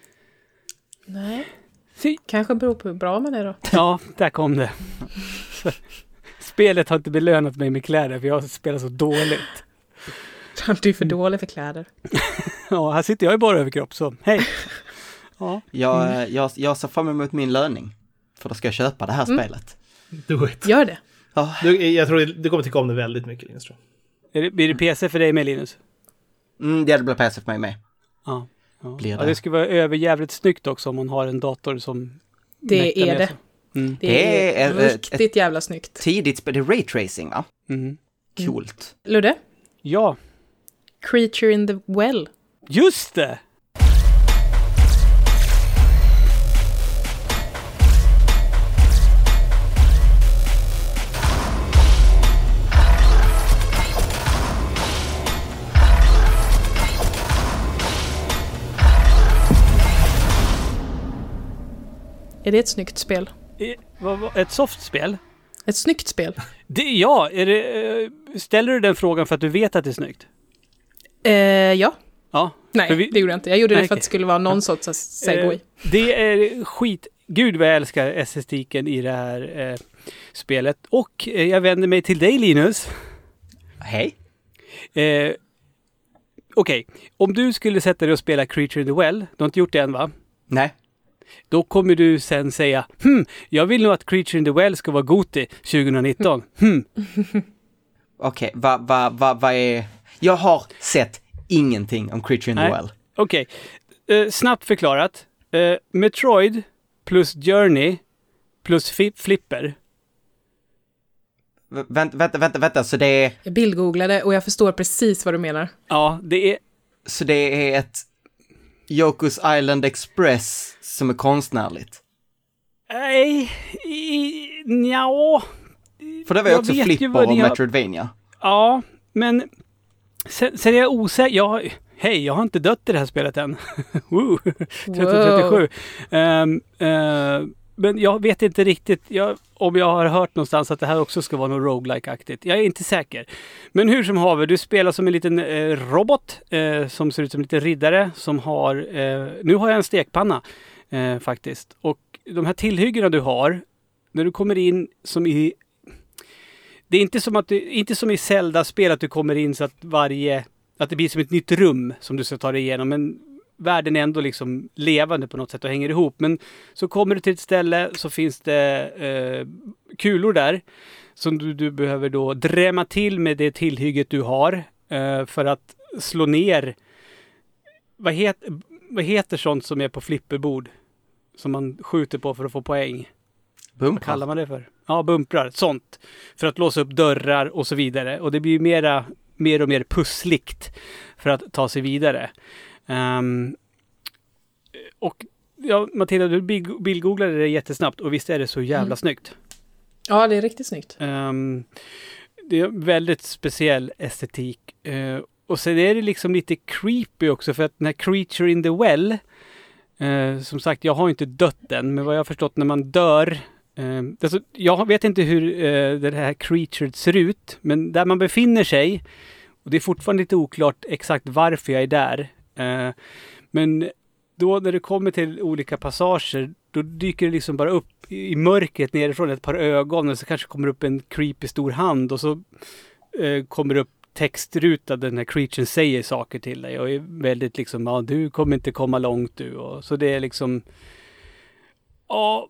Nej. Se. Kanske beror på hur bra man är då. Ja, där kom det. Spelet har inte belönat mig med kläder för jag spelar så dåligt. Du är för dålig för kläder. Ja, här sitter jag i bara överkropp, så hej. Ja. Jag, jag, jag ser fram emot min löning. För då ska jag köpa det här Mm. spelet. Do it. Gör det. Ja. Du, jag tror du kommer tycka om det väldigt mycket, Linus. Tror jag. Är det, blir det P C för dig med, Linus? Mm, det blir P C för mig med. Ja. Ja. Blir det. Ja, det skulle vara överjävligt snyggt också om man har en dator som... Det mäktar är med det. sig. Mm. Det, Det är, är ett- riktigt jävla snyggt. Tidigt spel, det är raytracing va? Mm. Coolt. Ludde? Ja, Creature in the Well. just det! Är det ett snyggt spel? Eh, vad- vad- Ett softspel? Ett snyggt spel? Det, ja, är det, eh, ställer du den frågan för att du vet att det är snyggt? Eh, ja. Ja. Nej, för vi- det gjorde jag inte. Jag gjorde Nej, det för att okej. det skulle vara någon sorts segway. Eh, det är skit. Gud vad jag älskar estetiken i det här eh, spelet. Och eh, jag vänder mig till dig, Linus. Hej. Eh, Okej, om du skulle sätta dig och spela Creature in the Well, du har inte gjort det än va? Nej. Då kommer du sen säga, hm, jag vill nog att Creature in the Well ska vara Goti tjugonitton. Hm. Okej, vad va, va, va är... Jag har sett ingenting om Creature in the Nej. Well. Okej, eh, snabbt förklarat. Eh, Metroid plus Journey plus fi- Flipper. V- vänta, vänta, vänta, vänta, så det är... Jag bildgooglade och jag förstår precis vad du menar. Ja, det är... Så det är ett Yoku's Island Express som är konstnärligt. Nej, i- nja. För det var ju Jag också vet ju Flipper vad och ni har- Metroidvania. Ja, men sen, sen är jag osäker. Jag, hej, jag har inte dött i det här spelet än. Woo, tretton trettiosju. Um, uh, men jag vet inte riktigt jag, om jag har hört någonstans att det här också ska vara något roguelike-aktigt. Jag är inte säker. Men hur som haver, du spelar som en liten eh, robot eh, som ser ut som en liten riddare som har... Eh, nu har jag en stekpanna eh, faktiskt. Och de här tillhyggena du har, när du kommer in som i... Det är inte som, att du, inte som i Zelda-spel att du kommer in så att varje... Att det blir som ett nytt rum som du ska ta dig igenom. Men världen är ändå liksom levande på något sätt och hänger ihop. Men så kommer du till ett ställe så finns det eh, kulor där. Som du, du behöver då drämma till med det tillhygget du har. Eh, för att slå ner... Vad, het, vad heter sånt som är på flipperbord? Som man skjuter på för att få poäng. Vad Bumpar. kallar man det för? Ja, bumprar. Sånt. För att låsa upp dörrar och så vidare. Och det blir ju mera mer och mer pussligt för att ta sig vidare. Um, och ja, Matilda, du bildgooglade det jättesnabbt och visst är det så jävla mm. snyggt. Ja, det är riktigt snyggt. Um, det är väldigt speciell estetik. Uh, och sen är det liksom lite creepy också för att den här Creature in the Well, uh, som sagt, jag har inte dött än, men vad jag har förstått när man dör, uh, alltså, jag vet inte hur uh, det här creature ser ut, men där man befinner sig, och det är fortfarande lite oklart exakt varför jag är där, uh, men då när det kommer till olika passager, då dyker det liksom bara upp i mörkret nerifrån ett par ögon och så kanske kommer upp en creepy stor hand och så eh, kommer det upp textruta där den här creaturen säger saker till dig och är väldigt liksom, ja, du kommer inte komma långt du. Och så det är liksom, ja,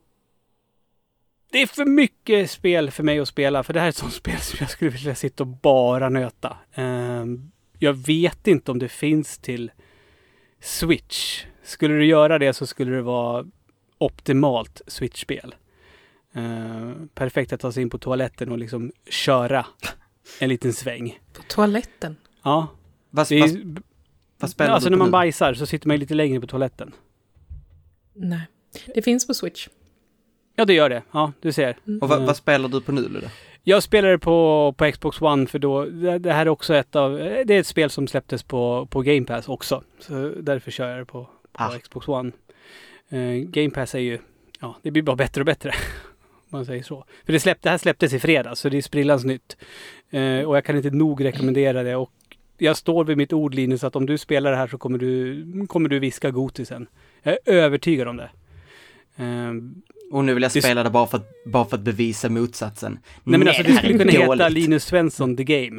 det är för mycket spel för mig att spela, för det här är ett sånt spel som jag skulle vilja sitta och bara nöta. Eh, jag vet inte om det finns till Switch. Skulle du göra det så skulle det vara optimalt Switch-spel. Uh, perfekt att ta sig in på toaletten och liksom köra en liten sväng. På toaletten? Ja. Vad, är, vad, vad spelar alltså du när man nu? bajsar så sitter man lite längre på toaletten. Nej. Det finns på Switch. Ja, det gör det. Ja, du ser. Mm. Och vad, vad spelar du på nu då? Jag spelar det på, på Xbox One för då, det, det här är också ett av, det är ett spel som släpptes på, på Game Pass också. Så därför kör jag det på, på ah. Xbox One. Uh, Game Pass är ju, ja, det blir bara bättre och bättre. Om man säger så. För det, släpp, det här släpptes i fredags så det är sprillans nytt. Uh, och jag kan inte nog rekommendera det. Och jag står vid mitt ord, Linus, att om du spelar det här så kommer du, kommer du viska Gotisen. Jag är övertygad om det. Uh, Och nu vill jag spela det bara för, att, bara för att bevisa motsatsen. Nej, men alltså det skulle kunna heta Linus Svensson The Game.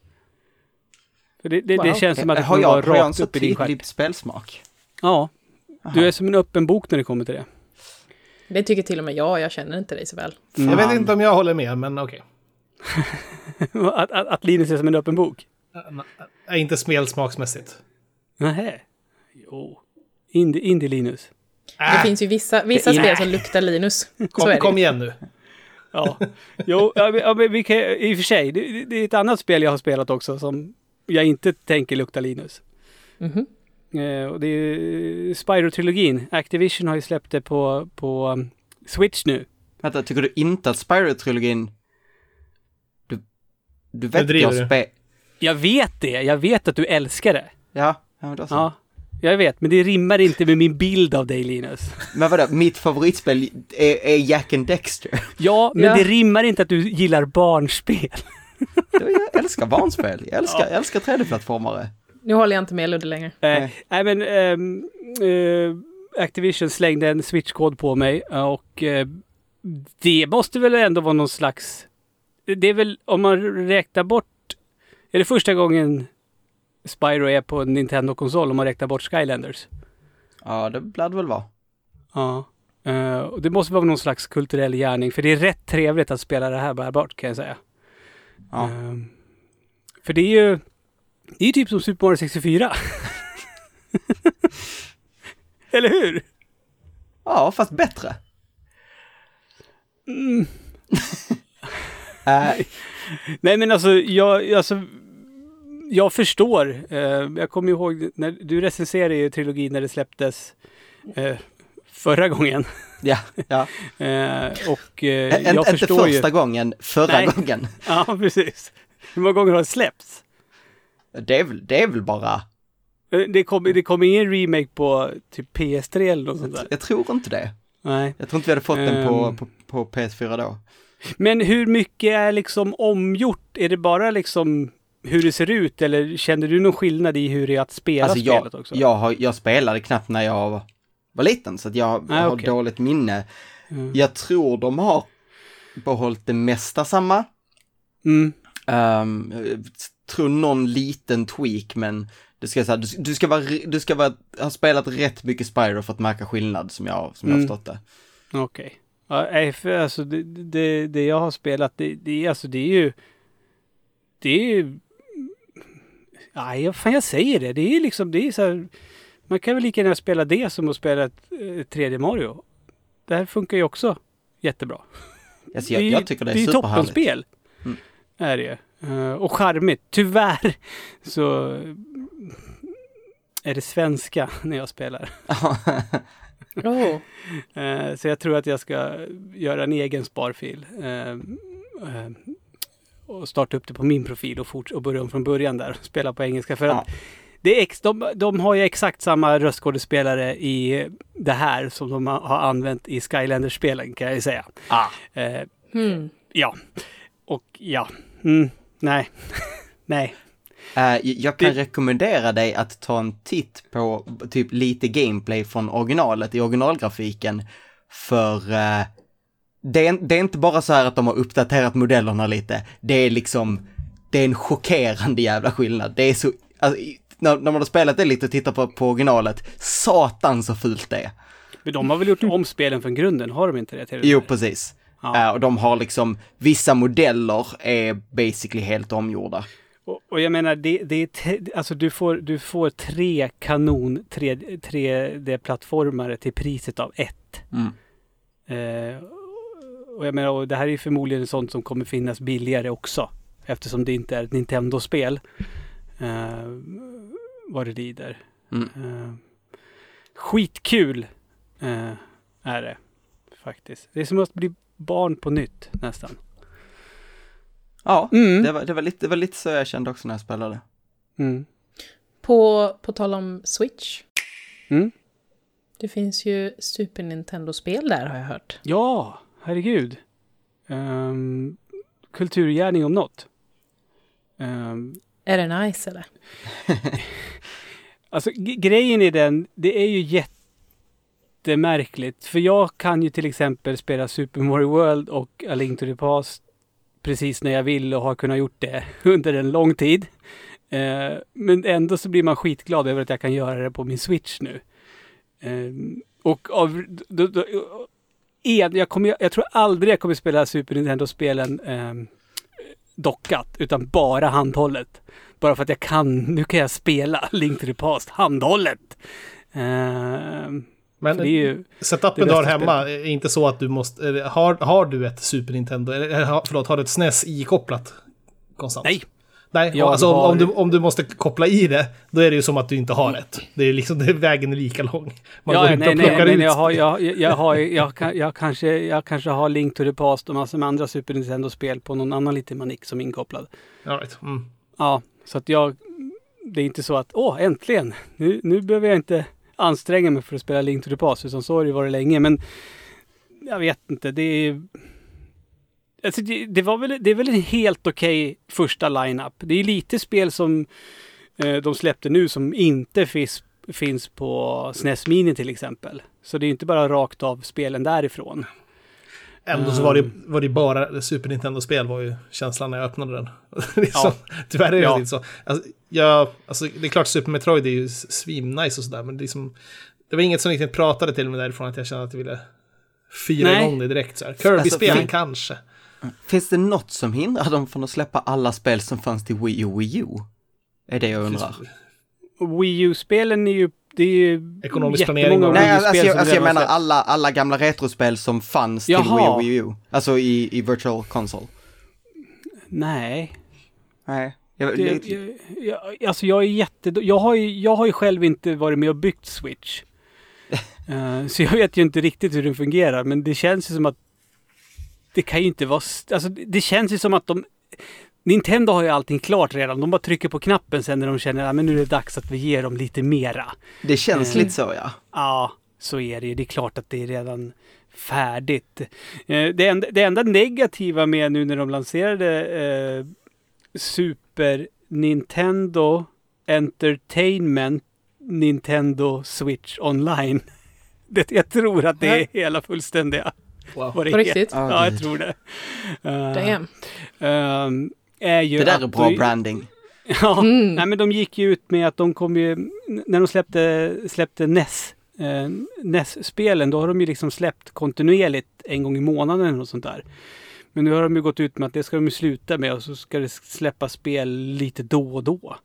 För det, det, wow. det känns som att det har jag, vara rakt upp i din skärp. Spelsmak? Ja. Aha. Du är som en öppen bok när det kommer till det. Det tycker till och med jag. Jag känner inte dig så väl. Mm. Jag vet inte om jag håller med, men okej. Okay. att, att, att Linus är som en öppen bok? Äh, inte spelsmaksmässigt. Nähä. Jo. Indie, indie Linus. Det äh. finns ju vissa, vissa spel som luktar Linus. Kom, kom igen nu. Ja. Jo, ja, vi kan, i och för sig. Det, det är ett annat spel jag har spelat också som jag inte tänker lukta Linus. Mhm. Uh, och det är Spyro-trilogin. Activision har ju släppt det på, på um, Switch nu. Vänta, tycker du inte att Spyro-trilogin... Du, du vet att jag spe... Jag vet det. Jag vet att du älskar det. Ja, ja men då så. Ja, jag vet. Men det rimmar inte med min bild av dig, Linus. Men vadå? Mitt favoritspel är, är Jack and Dexter. Ja, men ja. Det rimmar inte att du gillar barnspel. Jag älskar barnspel. Jag älskar, ja. jag älskar tre D-plattformare. Nu håller jag inte med Ludde längre. Nej, äh, men ähm, äh, Activision slängde en Switch-kod på mig och äh, det måste väl ändå vara någon slags... Det är väl, om man räknar bort... Är det första gången Spyro är på en Nintendo-konsol om man räknar bort Skylanders? Ja, det bland väl vara. Ja. Uh, och det måste vara någon slags kulturell gärning, för det är rätt trevligt att spela det här bärbart, kan jag säga. Ja. Uh, för det är ju... Det är ju typ som Super Mario sextiofyra. Eller hur? Ja, fast bättre. Mm. äh. Nej, men alltså jag, alltså, jag förstår. Uh, jag kommer ihåg när du recenserade ju trilogin när det släpptes uh, förra gången. Ja, ja. uh, och uh, Ä- jag inte förstår första ju... gången, förra Nej. gången. Ja, precis. Hur många gånger har det släppts? Det är väl, det är väl bara... Det kommer det kom ingen remake på typ P S tre eller något sånt där. Jag, jag tror inte det. Nej. Jag tror inte vi hade fått um, den på, på, på P S fyra då. Men hur mycket är liksom omgjort? Är det bara liksom hur det ser ut? Eller känner du någon skillnad i hur det är att spela alltså spelet jag, också? Jag, har, jag spelade knappt när jag var, var liten, så att jag ah, har okay. dåligt minne. Mm. Jag tror de har behållit det mesta samma. Mm. Um, tror någon liten tweak, men det ska säga, du, du ska vara du ska vara ha spelat rätt mycket Spyro för att märka skillnad, som jag som mm. jag har förstått det. Okej. Okay. Ja, för alltså det, det det jag har spelat, det det alltså det är ju det är ju ja, fan jag säger det. Det är liksom det är så här, man kan väl lika gärna spela det som att spela ett, ett tredje Mario. Det här funkar ju också jättebra. Alltså jag, jag tycker det är, det är superhärligt. toppenspel. Mm. Är det. Uh, och charmigt. Tyvärr så är det svenska när jag spelar. Oh. Uh, så jag tror att jag ska göra en egen sparfil. Uh, uh, och starta upp det på min profil och, fort- och börja om från början där. Spela på engelska. För ja. att det är ex- de, de har ju exakt samma röstskådespelare i det här som de har använt i Skylanders-spelen, kan jag ju säga. Ah. Uh, Hmm. Ja. Och ja. Mm, nej. nej. Uh, jag kan det... rekommendera dig att ta en titt på typ lite gameplay från originalet i originalgrafiken. För uh, det, är, det är inte bara så här att de har uppdaterat modellerna lite. Det är liksom, det är en chockerande jävla skillnad. Det är så, alltså, när, när man har spelat det lite och tittar på, på originalet, satan så fult det är. Men de har väl gjort om spelen från grunden, har de inte det? Till det jo, där? precis. Ja. Uh, och de har liksom, vissa modeller är basically helt omgjorda. Och, och jag menar, det, det är te, alltså du får, du får tre kanon tre D-plattformare till priset av ett. Mm. Eh, och jag menar, och det här är ju förmodligen sånt som kommer finnas billigare också. Eftersom det inte är ett Nintendo-spel. Eh, vad det lider. Mm. Eh, skitkul eh, är det faktiskt. Det är som att bli barn på nytt nästan. Ja, Mm. det, var, det, var lite, det var lite så jag kände också när jag spelade. Mm. På, på tal om Switch. Mm. Det finns ju Super Nintendo-spel där, har jag hört. Ja, herregud. Um, kulturgärning om något. Um, Är det nice, eller? alltså, g- grejen är den, det är ju jättemärkligt. För jag kan ju till exempel spela Super Mario World och A Link to the Past precis när jag vill och har kunnat gjort det under en lång tid. Uh, men ändå så blir man skitglad över att jag kan göra det på min Switch nu. Uh, och av... Då, då, en, jag, kommer, jag tror aldrig jag kommer spela Super Nintendo-spelen uh, dockat, utan bara handhållet. Bara för att jag kan, nu kan jag spela Link to the Past handhållet. Uh, Men det är ju setupen du har hemma är inte så att du måste... Eller, har, har du ett Super Nintendo? Eller, har, förlåt, har du ett S N E S i-kopplat konstant? Nej. Nej, Jag alltså om, har... om, du, om du måste koppla i det, då är det ju som att du inte har ett. Det är liksom, det är vägen är lika lång. Man Ja, går nej, inte och nej, plockar nej, ut. nej, jag har, jag, jag, har, jag, kan, jag, kanske, jag kanske har Link to the Past och massor med andra Super Nintendo-spel på någon annan liten manik som är inkopplad. All right. Mm. Ja, så att jag, det är inte så att, åh, äntligen, nu, nu behöver jag inte anstränga mig för att spela Link to the Past, utan så har det varit länge, men jag vet inte, det är... Alltså det, det, var väl, det är väl en helt okej okay första line-up. Det är lite spel som eh, de släppte nu som inte finns, finns på S N E S Mini till exempel. Så det är inte bara rakt av spelen därifrån. Ändå så var det, var det bara Super Nintendo-spel var ju känslan när jag öppnade den. liksom, Ja. Tyvärr är det Ja. inte så. Alltså, jag, alltså, det är klart Super Metroid är ju svimnice och sådär, men det, liksom, det var inget som riktigt pratade till mig därifrån att jag kände att jag ville fyra Nej. igång det direkt. Så här. Kirby-spelen Alltså, kanske. Finns det något som hindrar dem från att släppa alla spel som fanns till Wii U och Wii U? Är det jag undrar. Wii U-spelen är ju, det är ju Ekonomisk jättemånga planering och- Nej, Wii U-spel alltså, jag, som alltså jag redan menar har alla, alla gamla retrospel som fanns till Jaha. Wii U och Wii U. Alltså i, i Virtual Console. släppts. Nej. Nej. Jag, Det, det, jag, jag, alltså jag är jätte... Jag har, ju, jag har ju själv inte varit med och byggt Switch. uh, så jag vet ju inte riktigt hur den fungerar, men det känns ju som att det kan ju inte vara... st- Alltså det känns ju som att de... Nintendo har ju allting klart redan. De bara trycker på knappen sen när de känner att ah, men nu är det dags att vi ger dem lite mera. det känns Mm. lite så, ja. Ja, så är det ju. Det är klart att det är redan färdigt. Eh, det, enda, det enda negativa med nu när de lanserade eh, Super Nintendo Entertainment Nintendo Switch Online. Det, jag tror att det är hela fullständiga. Wow. Vad det På är. riktigt? Ja, Ja, jag gud. tror det. Uh, Damn. um, är ju Det där att är bra du- branding. Ja, Mm. nej, men de gick ju ut med att de kom ju, när de släppte, släppte N E S, eh, N E S-spelen, då har de ju liksom släppt kontinuerligt en gång i månaden och sånt där. Men nu har de ju gått ut med att det ska de ju sluta med och så ska det släppa spel lite då och då.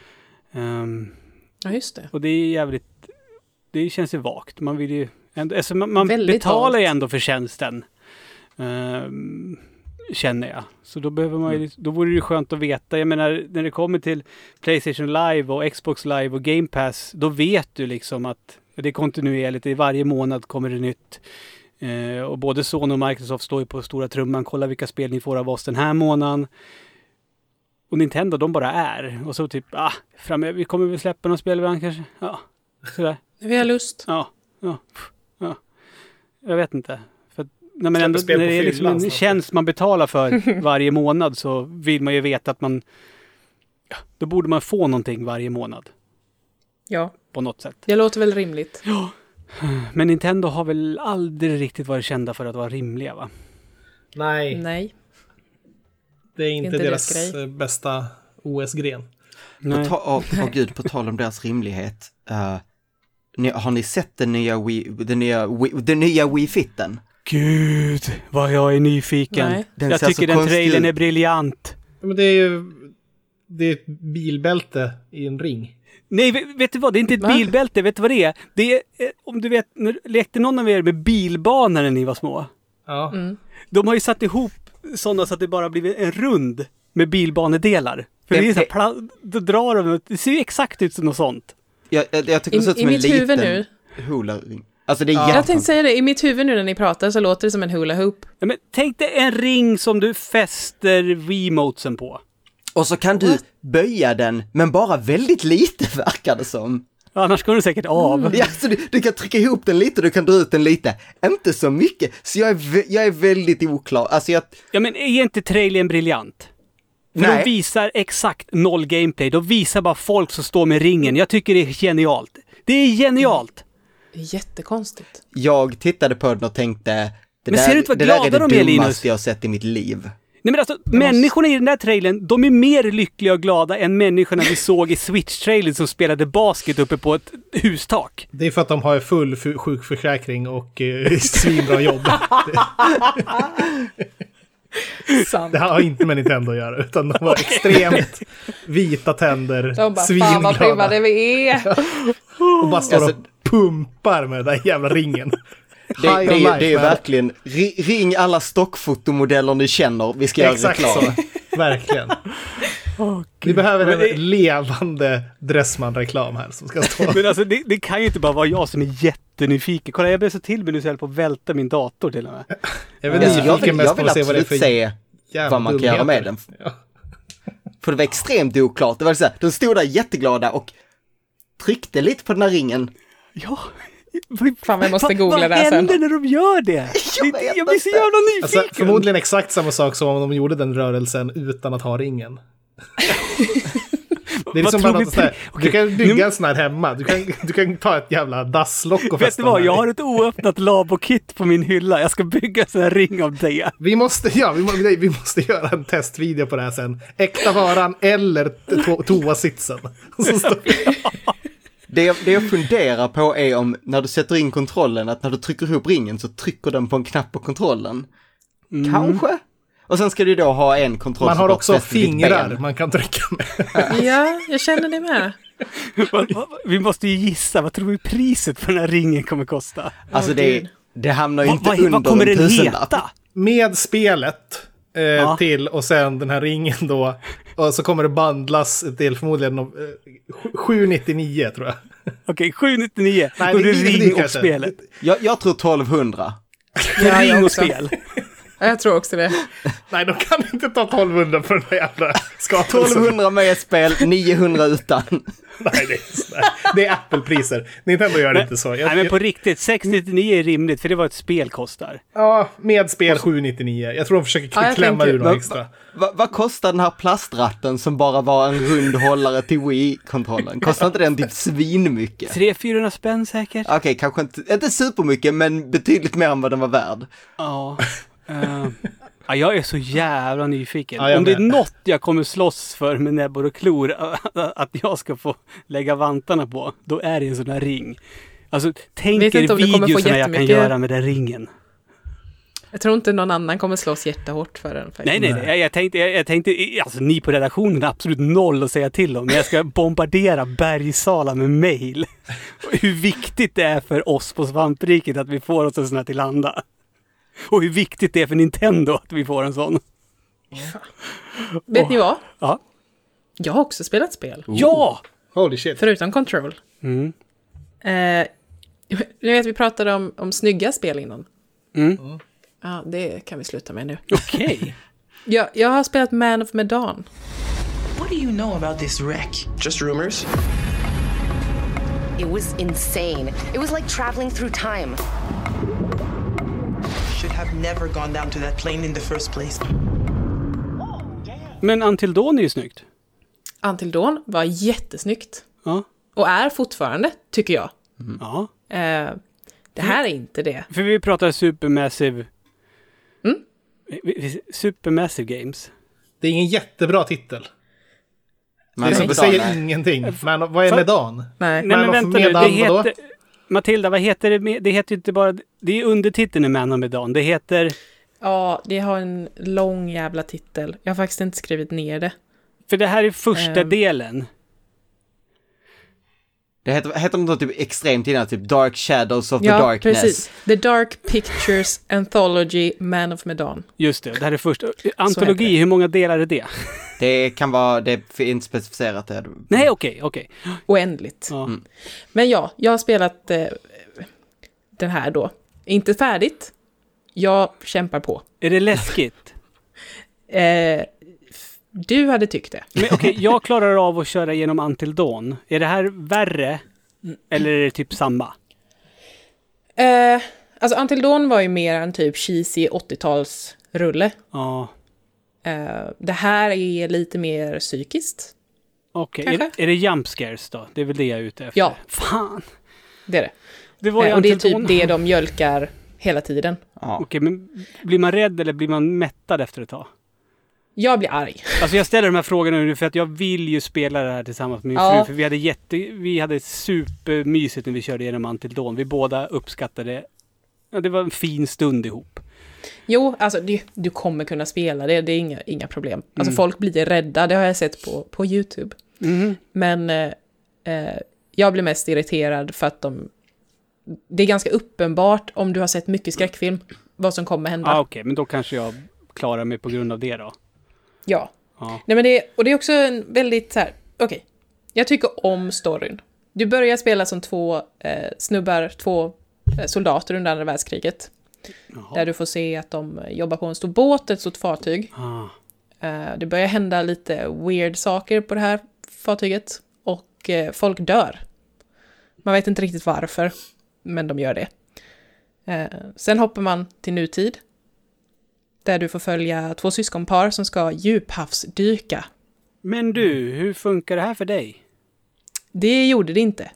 Um, Ja, just det. och det är jävligt, det känns ju vagt. Man vill ju ändå, alltså man, man Väldigt betalar ju vagt. ändå för tjänsten. Um, känner jag. Så då behöver man ju, då vore det ju skönt att veta. Jag menar, när det kommer till PlayStation Live och Xbox Live och Game Pass, då vet du liksom att det är kontinuerligt. I varje månad kommer det nytt. Eh, och både Sony och Microsoft står ju på stora trumman. Kolla vilka spel ni får av oss den här månaden. Och Nintendo, de bara är. Och så typ, ah, framöver, vi kommer väl släppa någon spel ibland kanske. Ja, sådär. Vi har lust. Ja, ja, ja. Jag vet inte. För när, man ändå, när det är liksom en tjänst man betalar för varje månad så vill man ju veta att man... Ja, då borde man få någonting varje månad. Ja. På något sätt. Det låter väl rimligt. Ja. Men Nintendo har väl aldrig riktigt varit kända för att vara rimliga, va? Nej. Nej. Det är inte, inte deras, deras deras bästa O S-gren. På, ta- oh, oh, gud, på tal om deras rimlighet. Uh, ni, har ni sett den nya Wii, den nya Wii, den nya Wii-fitten? Gud, vad jag är nyfiken. Nej. Den Jag ser tycker så den trailern konstig är ut. briljant. Men det är ju det är ett bilbälte i en ring. Nej, vet, vet du vad? Det är inte ett Va? bilbälte. Vet du vad det är? Det är, eh, om du vet, när, lekte någon av er med bilbanor när ni var små? Ja. Mm. De har ju satt ihop sådana så att det bara blivit en rund med bilbanedelar. För det är så här, pla- då drar de, det ser ju exakt ut som något sånt. Jag, jag, jag tycker I, det ser ut i som en mitt huvud liten nu. hula-ring. Alltså det är Ja. Jag jättekonstigt. tänkte säga det, i mitt huvud nu när ni pratar så låter det som en hula hoop. Ja, men tänk dig en ring som du fäster Wiimotesen på. Och så kan du böja den, men bara väldigt lite verkar det som. Annars går den säkert av. Ja, så du, du kan trycka ihop den lite, du kan dra ut den lite. Inte så mycket. Så jag är, vä- jag är väldigt oklar. Alltså jag... Ja, men är inte trailern briljant? För Nej. de visar exakt noll gameplay. De visar bara folk som står med ringen. Jag tycker det är genialt. Det är genialt. Det är jättekonstigt. Jag tittade på den och tänkte, det, Men ser där, du inte vad det där är glada det de är, Linus? dummaste jag har sett i mitt liv. Nej, men alltså, människorna i den där trailern, de är mer lyckliga och glada än människorna vi såg i Switch-trailern som spelade basket uppe på ett hustak. Det är för att de har full f- sjukförsäkring och eh, svinbra jobb. Sant. Det har inte med Nintendo att göra, utan de har extremt vita tänder, De bara, fan vad svinglada primmade vi är. och bara står Alltså- och pumpar med den där jävla ringen. Det, High det, on är- life, det är ju man. verkligen, ri, ring alla stockfotomodeller ni känner, vi ska göra Exakt reklam. så, verkligen. Oh, Vi behöver Men en det- levande Dressman-reklam här som ska stå. Men alltså, det, det kan ju inte bara vara jag som är jättenyfiken. Kolla, jag blev så till mig nu så jag höll på att välta min dator till och med. Jag är Alltså, jag nyfiken vill, mest jag på vill att se vad det är absolut för se jävla vad man kan göra med den. dumheter. Ja. För det var extremt oklart. Det var så här, de stod där jätteglada och tryckte lite på den här ringen. Ja. Fan, vi måste Vad- googla vad det här sen. händer när de gör det? Jag Det- vet jag blir så inte. jävla nyfiken. Alltså, förmodligen exakt samma sak som om de gjorde den rörelsen utan att ha ringen. Det är Vad liksom tror bara vi något sådär, pri- du kan bygga nu- en sån här hemma. Du kan, du kan ta ett jävla dasslock och Vet du fästa vad, den jag här. har ett oöppnat labo-kit på min hylla. Jag ska bygga en sån här ring av det. Vi måste, ja, vi, må, nej, vi måste göra en testvideo på det här sen. Äkta varan eller to- toasitsen. Så står- Det jag, det jag funderar på är om när du sätter in kontrollen, att när du trycker ihop ringen så trycker den på en knapp på kontrollen. Kanske? Och sen ska du då ha en kontroll Man som har bara också fäster ditt fingrar ben. man kan trycka med. Ja, jag känner det med. Vad- vad- Vi måste ju gissa, vad tror vi priset på den här ringen kommer kosta? Alltså Åh, det, Gud. det hamnar ju Vad, inte vad, under vad kommer en den tusenlapp. heta? Med spelet eh, Ja. till och sen den här ringen då. Och så kommer det bandlas till förmodligen eh, sju nittionio tror jag. Okej, sju nittionio. Nej, Då är det det är inte ring och kanske. spelet. Jag, jag tror tolvhundra. Det är Ja, jag ring och också. spel. Ja, jag tror också det. Nej, de kan inte ta tolvhundra för den här jävla skapelsen. tolvhundra med spel, niohundra utan. Nej, det är, nej, det är Apple-priser. Nintendo gör det inte så. Jag, Nej, men på riktigt, sex nittionio är rimligt, för det är vad ett spel kostar. Ja, med spel sju nittionio. Jag tror de försöker Ja, jag klämma tänker- ur några Va- extra. va- Vad kostar den här plastratten som bara var en rund hållare till Wii-kontrollen? Kostar inte den typ svinmycket? tre fyrahundra spänn säkert. Okej, kanske inte, inte supermycket, men betydligt mer än vad den var värd. Ja. eh, ja, jag är så jävla nyfiken. Ja, jag Om det är med. något jag kommer slåss för med näbbor och klor att jag ska få lägga vantarna på, då är det en sån här ring. Alltså, tänk Vet inte er om du kommer få videorna jag kan jättemycket- göra med den ringen. Jag tror inte någon annan kommer slås jättehårt för den. Faktiskt. Nej, nej, nej. Jag, jag tänkte, jag, jag tänkte, alltså ni på redaktionen har absolut noll att säga till om. Men jag ska bombardera Bergsala med mejl. Hur viktigt det är för oss på Svampriket att vi får oss en sån här tillhanda. Och hur viktigt det är för Nintendo att vi får en sån. Vet ni vad? Ja. Jag har också spelat spel. Ja! Holy shit. Förutom Control. Mm. Eh, jag vet, vi pratade om, om snygga spel innan. Mm. Ja, det kan vi sluta med nu. Okej. Okay. jag, jag har spelat Man of Medan. What do you know about this wreck? Just rumors? It was insane. It was like traveling through time. Should have never gone down to that plane in the first place. Men Until Dawn är ju snyggt. Until Dawn var jättesnyggt. Ja. Och är fortfarande, tycker jag. Mm. Ja. Eh, det här är inte det. För vi pratar Supermassive... Mm? Supermassive Games. Det är ingen jättebra titel. Man det, är som, det säger nej. Ingenting. Men vad är För, Medan? Nej, nej men vänta nu. Det heter, Matilda, vad heter det? Det heter inte bara... Det är undertiteln i Man of Medan. Det heter... Ja, det har en lång jävla titel. Jag har faktiskt inte skrivit ner det. För det här är första um, delen. Det heter, heter något typ extremt innan, typ Dark Shadows of ja, the Darkness. Precis. The Dark Pictures Anthology Man of Medan. Just det, det här är första. Antologi, hur många delar är det? Det kan vara, det är inte specificerat. Det. Nej, okej, okay, okej. Okay. Oändligt. Ja. Mm. Men ja, jag har spelat eh, den här då. Inte färdigt. Jag kämpar på. Är det läskigt? eh, du hade tyckt det. Men okej, okay, jag klarar av att köra genom Until Dawn. Är det här värre? Eller är det typ samma? Eh, alltså Until Dawn var ju mer en typ cheesy åttiotalsrulle. Ja. Eh, det här är lite mer psykiskt. Okej, okay. är, är det jump scares då? Det är väl det jag är ute efter. Ja. Fan. Det är det. det var eh, och det är typ Dawn. Det de mjölkar hela tiden. Ja. Okej, okay, men blir man rädd eller blir man mättad efter ett tag? Jag blir arg. Alltså jag ställer de här frågorna nu för att jag vill ju spela det här tillsammans med min ja. fru. För vi hade jätte, vi hade supermysigt när vi körde igenom Until Dawn. Vi båda uppskattade, ja, det var en fin stund ihop. Jo, alltså du, du kommer kunna spela det, det är inga, inga problem. Alltså mm. folk blir rädda, det har jag sett på, på YouTube. Mm. Men eh, jag blir mest irriterad för att de, det är ganska uppenbart om du har sett mycket skräckfilm vad som kommer hända. Ah, okej, okay. Men då kanske jag klarar mig på grund av det då. Ja. ja. Nej, men det, och det är också en väldigt så här, okej. Okay. Jag tycker om storyn. Du börjar spela som två eh, snubbar, två eh, soldater under andra världskriget. Jaha. Där du får se att de jobbar på en stor båt, ett stort fartyg. Ah. Eh, det börjar hända lite weird saker på det här fartyget. Och eh, folk dör. Man vet inte riktigt varför, men de gör det. Eh, sen hoppar man till nutid. Där du får följa två syskonpar som ska djuphavsdyka. Men du, hur funkar det här för dig? Det gjorde det inte.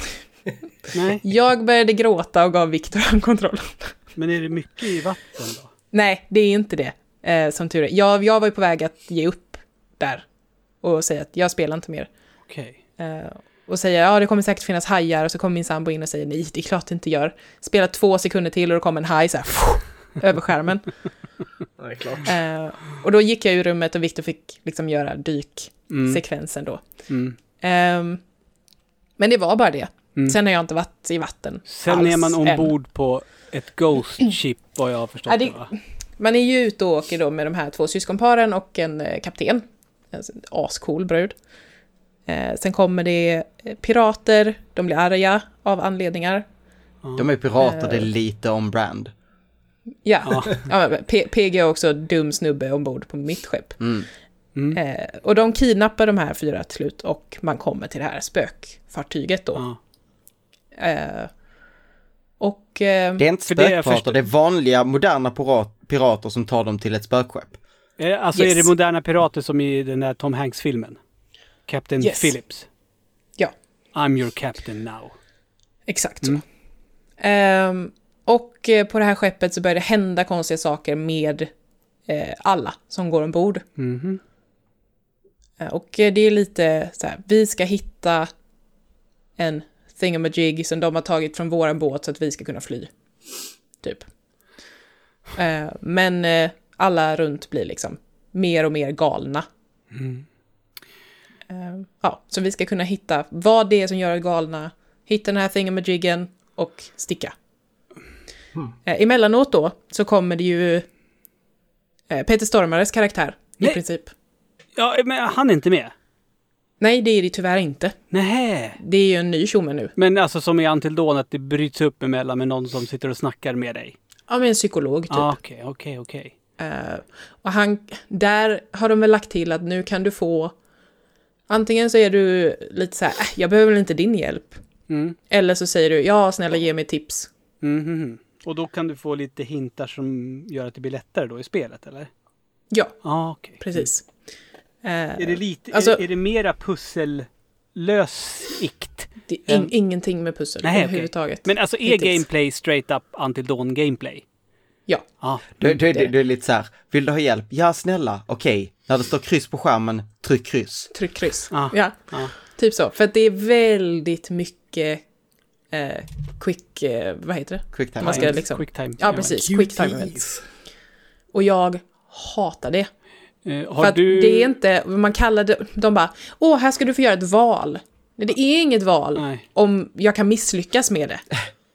Nej. Jag började gråta och gav Viktor kontrollen. Men är det mycket i vatten då? Nej, det är inte det. Eh, som tur är. Jag, jag var ju på väg att ge upp där. Och säga att jag spelar inte mer. Okej. Okay. Eh, och säga, ja det kommer säkert finnas hajar. Och så kommer min sambo in och säger, nej det är klart det inte gör. Spela två sekunder till och då kommer en haj så här, pff, över skärmen. Nej, klart. Eh, och då gick jag ur rummet och Viktor fick liksom göra dyksekvensen då. Mm. Eh, men det var bara det. Mm. Sen har jag inte varit i vatten. Sen är man ombord än. På ett ghost ship, vad jag har förstått. Ja, det, det, va? Man är ju ute och åker då med de här två syskonparen och en eh, kapten. En ascool brud. Eh, sen kommer det pirater. De blir arga av anledningar. De är pirater, eh, det är lite on brand. Ja, ja. ja P- PG är också dum snubbe ombord på mitt skepp. Mm. Mm. Eh, och de kidnappar de här fyra till slut och man kommer till det här spökfartyget då. Ja. Eh, och... Eh, det är inte spökpirater, det är vanliga moderna pirat- pirater som tar dem till ett spökskepp. Eh, alltså yes. Är det moderna pirater som i den där Tom Hanks-filmen? Captain yes. Phillips. Ja. I'm your captain now. Exakt så. Mm. Eh, och eh, på det här skeppet så börjar det hända konstiga saker med eh, alla som går ombord. Mm-hmm. Eh, och eh, det är lite så här, vi ska hitta en thingamajig som de har tagit från våran båt så att vi ska kunna fly. Typ. Eh, men eh, alla runt blir liksom mer och mer galna. Mm. Eh, ja, så vi ska kunna hitta vad det är som gör oss galna, hitta den här thingamajigen och sticka. Mm. Eh, emellanåt då så kommer det ju eh, Peter Stormares karaktär Nej. I princip. Ja, men han är inte med? Nej, det är det tyvärr inte. Nej. Det är ju en ny tjomme nu. Men alltså som i Until Dawn, att det bryts upp emellan med någon som sitter och snackar med dig? Ja, med en psykolog typ. Ah, okej, okej, okej. Uh, och han, där har de väl lagt till att nu kan du få, antingen så är du lite så här, äh, jag behöver väl inte din hjälp. Mm. Eller så säger du, ja snälla ge mig tips. Mm, mm, mm. Och då kan du få lite hintar som gör att det blir lättare då i spelet, eller? Ja, ah, okay. precis. Uh, är det lite, alltså, är, är det mera pussellösikt? Det är in, än... ingenting med pussel Nej, överhuvudtaget. Okay. Men alltså är hittills gameplay straight up Until Dawn gameplay? Ja. Ah, det, det, det, det är lite så här, vill du ha hjälp? Ja, snälla, okej. Okay. När det står kryss på skärmen, tryck kryss. Tryck kryss, ah, ja. Ah. Typ så, för att det är väldigt mycket eh, quick, eh, vad heter det? Quick time. Man ska liksom, quick time. Ja, precis. Quick time events. Och jag hatar det. Uh, har för att du... det är inte, man kallar det, de bara, åh, här ska du få göra ett val. Nej, det är inget val. Nej. Om jag kan misslyckas med det.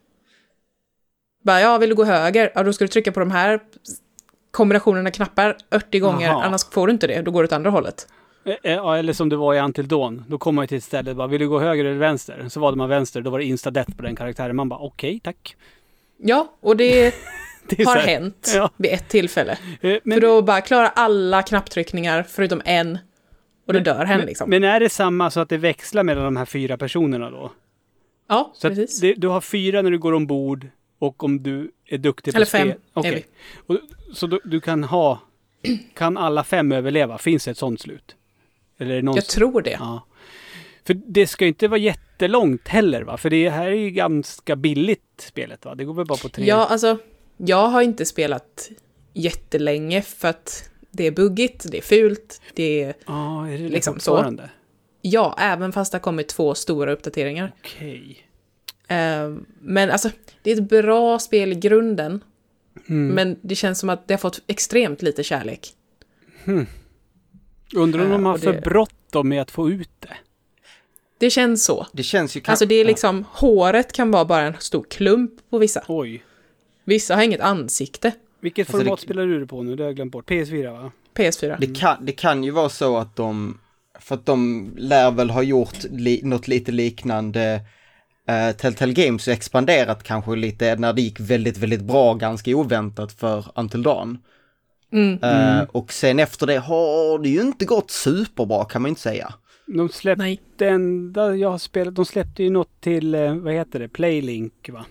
Bara, ja, vill du gå höger? Ja, då ska du trycka på de här kombinationerna knappar fyrtio gånger, Aha. annars får du inte det. Då går du åt andra hållet. Ja, eller som det var i Until Dawn. Då kom man till ett ställe och bara, vill du gå höger eller vänster? Så valde man vänster, då var det insta-death på den karaktären. Man bara, okej, okay, tack. Ja, och det, det har här, hänt ja. vid ett tillfälle. Men, för då bara klara alla knapptryckningar förutom en och då men, dör hen men, liksom. Men är det samma så att det växlar mellan de här fyra personerna då? Ja, så precis. Det, du har fyra när du går ombord och om du är duktig på eller spel. fem okay. är vi. Och, så du, du kan ha, kan alla fem överleva? Finns det ett sånt slut? Eller är det någon Jag som, tror det. Ja. För det ska inte vara jättelångt heller, va? För det här är ju ganska billigt spelet, va? Det går väl bara på tre... Ja, alltså, jag har inte spelat jättelänge för att det är buggigt, det är fult, det är, ja, är det liksom så. Ja, även fast det har kommit två stora uppdateringar. Okej. Uh, men alltså, det är ett bra spel i grunden. Mm. Men det känns som att det har fått extremt lite kärlek. Hmm. Undrar om uh, de har för det... bråttom med att få ut det. Det känns så. Det känns ju... Kan... Alltså det är liksom, ja. Håret kan vara bara en stor klump på vissa. Oj. Vissa har inget ansikte. Vilket alltså format det... spelar du det på nu? Det har jag glömt bort. P S fyra, va? P S fyra. Det kan, det kan ju vara så att de... För att de lär väl ha gjort li, något lite liknande... Uh, Telltale Games har expanderat kanske lite när det gick väldigt, väldigt bra, ganska oväntat för Until Dawn. Mm. Uh, mm. Och sen efter det har det ju inte gått superbra, kan man inte säga. De släppte Nej. det enda jag har spelat, de släppte ju något till, vad heter det, Playlink, va?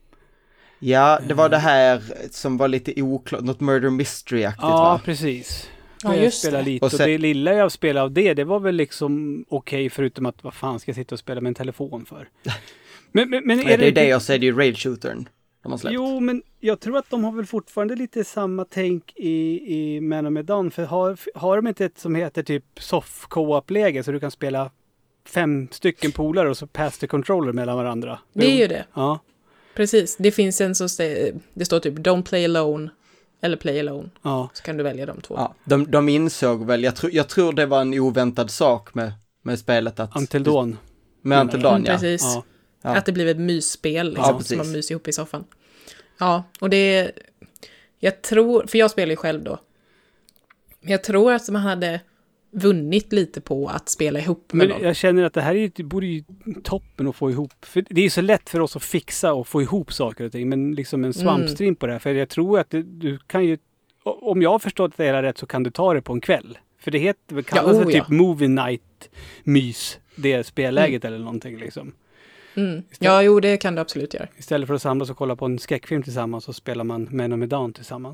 Ja, det var det här som var lite oklart, något murder mystery-aktigt, ja, va? Ja, precis. Ja, jag just spelade det. lite, och, sen... och det lilla jag spelade av det, det var väl liksom okej, okay, förutom att vad fan ska jag sitta och spela med en telefon för? Men, men, men är ja, det är det det jag säger, det är ju rail-shootern de har släppt. Jo, men jag tror att de har väl fortfarande lite samma tänk i, i Man of Medan, för har, har de inte ett som heter typ soft co-op-läge så du kan spela fem stycken polare och så pass the controller mellan varandra? Det är ju det. Ja. Precis, det finns en som det står typ don't play alone eller play alone. Ja. Så kan du välja de två. Ja, de, de insåg väl, jag, tro, jag tror det var en oväntad sak med, med spelet att... Until Dawn. Med Until Dawn, ja. Precis. Ja. Ja. Att det blir ett mysspel liksom, ja, som man myser ihop i soffan. Ja, och det... Jag tror... För jag spelar ju själv då. Jag tror att man hade vunnit lite på att spela ihop med Men någon. Jag känner att det här är ju, det borde ju toppen att få ihop. För det är ju så lätt för oss att fixa och få ihop saker och ting. Men liksom en svampstream mm. på det här. För jag tror att det, du kan ju... Om jag har förstått det hela rätt så kan du ta det på en kväll. För det heter, kallas ja, oh, typ ja. Movie Night mys. Det spelläget mm. eller någonting liksom. Mm. Ja, jo, det kan du absolut göra. Istället för att samlas och kolla på en skräckfilm tillsammans så spelar man Man of Medan tillsammans.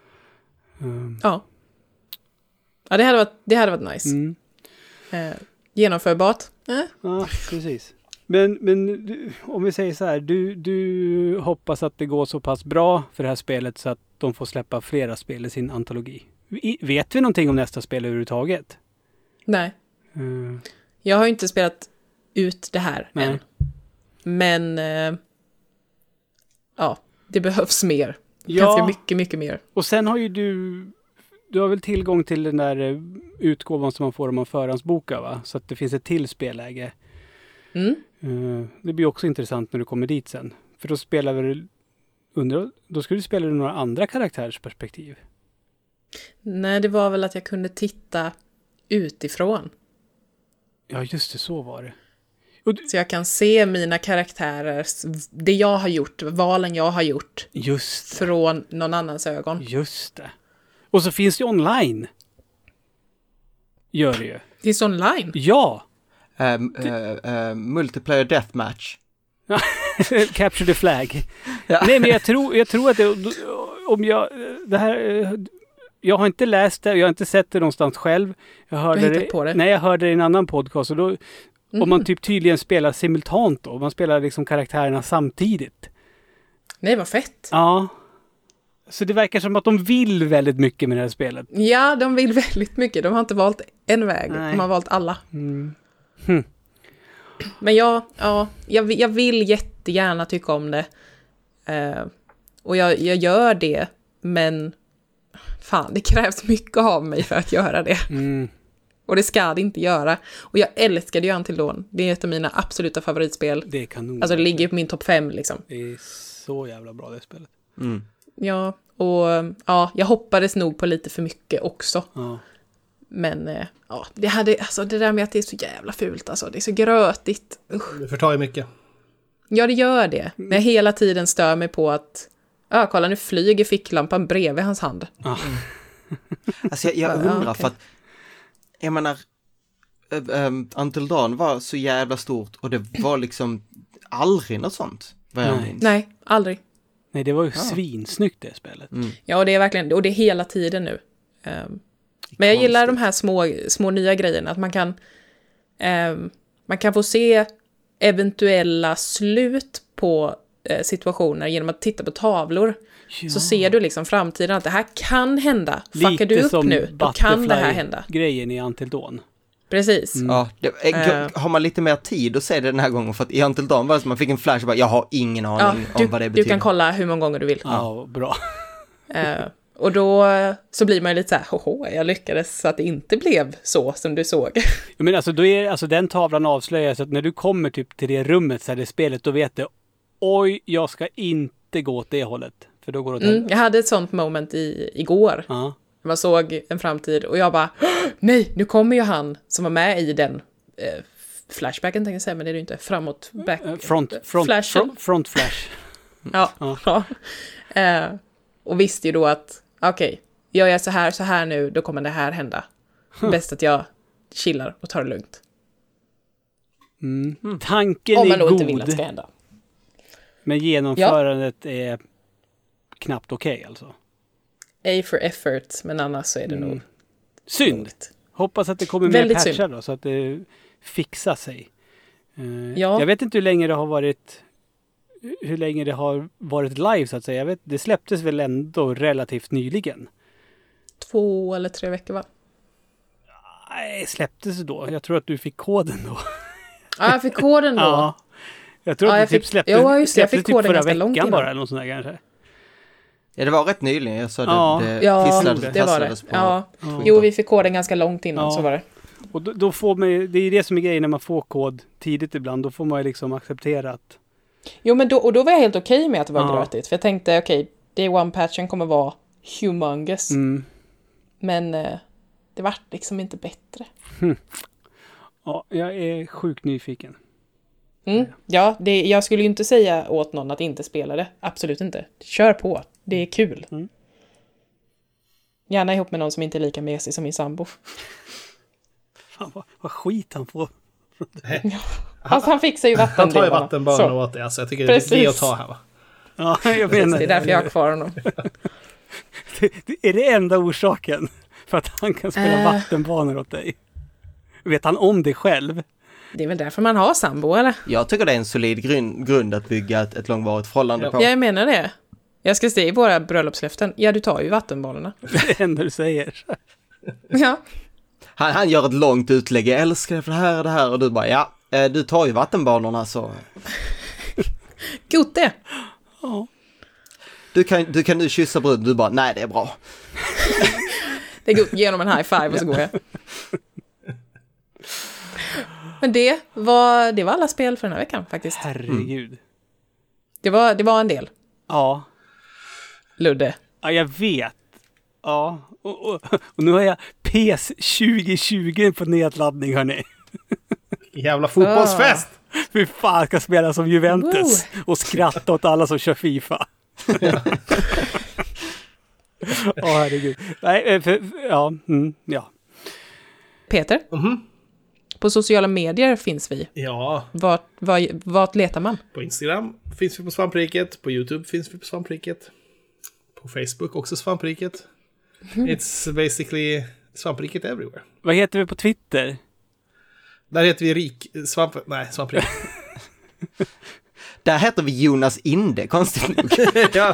Um. Ja. Ja, det hade varit, det hade varit nice. Mm. Eh, genomförbart. Eh. Ja, precis. Men, men du, om vi säger så här, du, du hoppas att det går så pass bra för det här spelet så att de får släppa flera spel i sin antologi. I, vet vi någonting om nästa spel överhuvudtaget? Nej. Uh. Jag har inte spelat ut det här Nej. än. Men eh, ja, det behövs mer. Ja. Ganska mycket, mycket mer. Och sen har ju du du har väl tillgång till den där utgåvan som man får om man förhandsbokar, va? Så att det finns ett till spelläge. Mm. Uh, det blir också intressant när du kommer dit sen. För då spelar vi undrar, då ska du spela några andra karaktärs perspektiv. Nej, det var väl att jag kunde titta utifrån. Ja, just det, så var det. Så jag kan se mina karaktärer, det jag har gjort, valen jag har gjort. Just det. Från någon annans ögon. Just det. Och så finns det online. Gör det ju. Finns det online? Ja. Um, uh, uh, multiplayer deathmatch. Capture the flag. Ja. Nej, men jag tror, jag tror att det, om jag, det här, jag har inte läst det, jag har inte sett det någonstans själv. Jag hörde jag det, på det. Nej, jag hörde det i en annan podcast och då, mm. om man typ tydligen spelar simultant då, man spelar liksom karaktärerna samtidigt. Nej, vad fett. Ja. Så det verkar som att de vill väldigt mycket med det här spelet. Ja, de vill väldigt mycket. De har inte valt en väg, Nej. de har valt alla. Mm. Hm. Men ja, ja jag, jag vill jättegärna tycka om det. Uh, och jag, jag gör det, men fan, det krävs mycket av mig för att göra det. Mm. Och det ska det inte göra. Och jag älskade ju Until Dawn. Det är ett av mina absoluta favoritspel. Det är kanon. Alltså det ligger på min topp fem liksom. Det är så jävla bra det spelet. Mm. Ja, och ja, jag hoppades nog på lite för mycket också. Ja. Men ja, det, hade, alltså, det där med att det är så jävla fult, alltså, det är så grötigt. Usch. Det förtar ju mycket. Ja, det gör det. Men jag hela tiden stör mig på att, ja, kolla nu flyger ficklampan bredvid hans hand. Ja. Mm. Alltså jag, jag undrar, ja, okay. för att jag menar, um, Until Dawn var så jävla stort och det var liksom aldrig något sånt. Nej. Nej, aldrig. Nej, det var ju ja. svinsnyggt det spelet. Mm. Ja, och det är verkligen, och det är hela tiden nu. Um, men jag gillar de här små, små nya grejerna, att man kan um, man kan få se eventuella slut på uh, situationer genom att titta på tavlor. Ja. Så ser du liksom framtiden att det här kan hända. Lite Fuckar du upp nu, då kan det här hända. Grejen i Until Dawn. Precis. Mm. Ja, det, äh, har man lite mer tid att se det den här gången, för att i Until Dawn var det som man fick en flash och bara, jag har ingen aning ja, du, om vad det betyder. Du kan kolla hur många gånger du vill. Ja, bra. Uh, och då så blir man ju lite så här, hoho, jag lyckades så att det inte blev så som du såg. Men alltså, då är, alltså den tavlan avslöjar så att när du kommer typ till det rummet så här, det spelet, då vet du, oj, jag ska inte gå åt det hållet. För då går det åt mm, jag hade ett sånt moment i, igår. Ja. Man såg en framtid och jag bara, nej, nu kommer ju han som var med i den eh, flashbacken tänkte jag säga, men det är det ju inte, framåt, back, uh, front, front, flashen. Front, front flash. Ja, ja. ja. Eh, och visste ju då att, okej, okay, gör jag så här, så här nu, då kommer det här hända. Huh. Bäst att jag chillar och tar det lugnt. Mm. Mm. Tanken Om man är då god. inte vill att det ska hända. Men genomförandet ja. är knappt okej okay, alltså. A for effort, men annars så är det mm. nog synd. Dåligt. Hoppas att det kommer Väldigt mer patchar då, så att det fixar sig. Uh, ja. Jag vet inte hur länge det har varit hur länge det har varit live så att säga. Jag vet, det släpptes väl ändå relativt nyligen. Två eller tre veckor va? Nej, släpptes det då? Jag tror att du fick koden då. Ja, jag fick koden då. Ja. Jag tror ja, att det typ släpptes, jo, just det, jag fick typ koden förra ganska veckan långt innan. bara eller något sånt där kanske. Ja, det var rätt nyligen. Jag sa ja. det, det ja, tisslades, det var det. på ja. Ja. Jo, vi fick koden ganska långt innan, ja. Så var det. Och då, då får man, det är det som är grejen när man får kod tidigt ibland. Då får man ju liksom acceptera att... Jo, men då, och då var jag helt okej okay med att det var ja. grötigt. För jag tänkte, okej, okay, day one-patchen kommer vara humongous. Mm. Men eh, det var liksom inte bättre. Hm. Ja, jag är sjukt nyfiken. Mm. Ja, det, jag skulle ju inte säga åt någon att inte spela det. Absolut inte. Kör på. Det är kul. Mm. Gärna ihop med någon som inte är lika mesig som min sambo. Fan, vad, vad skit han får. Ja. Alltså han fixar ju vattenbanorna. Han tar ju vattenbanorna åt det. Alltså, jag tycker Precis. det är att ta här va? Ja, jag menar det är därför jag har kvar honom. det, det är det enda orsaken för att han kan spela äh. vattenbanor åt dig? Vet han om det själv? Det är väl därför man har sambo, eller? Jag tycker det är en solid grund, grund att bygga ett, ett långvarigt förhållande ja. på. Jag menar det. Jag ska se i våra bröllopslöften. Ja, du tar ju vattenbollarna. Det enda du säger. Ja. Han, han gör ett långt utlägg. Jag älskar det för det här och det här. Och du bara, ja, du tar ju vattenbanorna så... God det. Ja. Du kan, du kan nu kyssa bruden. Du bara, nej det är bra. Det går genom en high five och så går jag. Men det var, det var alla spel för den här veckan faktiskt. Herregud. Mm. Det var, det var en del. Ja. Ludde. Ja, jag vet. Ja, och, och, och nu har jag P S tjugo tjugo på nedladdning, hörni. Jävla fotbollsfest! Fy fan, ska spela som Juventus wow. och skratta åt alla som kör FIFA. Ja, oh, herregud. Nej, för, ja, mm, ja. Peter? Mm-hmm. På sociala medier finns vi. Ja. Vart, vart, vart letar man? På Instagram finns vi på Svampriket. På YouTube finns vi på Svampriket. På Facebook också Svampriket. Mm. It's basically Svampriket everywhere. Vad heter vi på Twitter? Där heter vi Rik... Svamp... Nej, Svampriket. Där heter vi Jonas Inde, konstigt nog. Ja.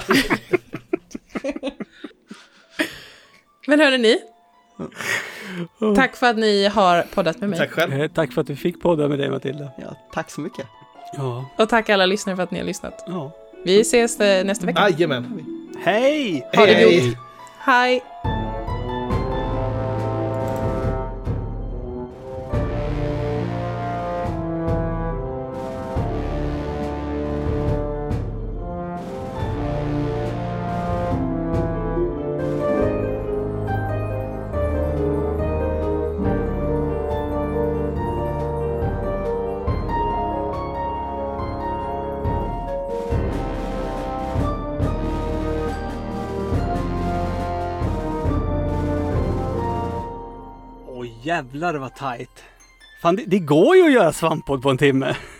Men hörde ni? Tack för att ni har poddat med mig. Tack själv. Eh, tack för att vi fick podda med dig, Matilda. Ja, tack så mycket. Ja. Och tack alla lyssnare för att ni har lyssnat. Ja. Vi ses nästa vecka. Jajamän. Hej! Ha det Hej. gott. Hej! Jävlar vad tajt. Fan, det, det går ju att göra svamppodd på en timme.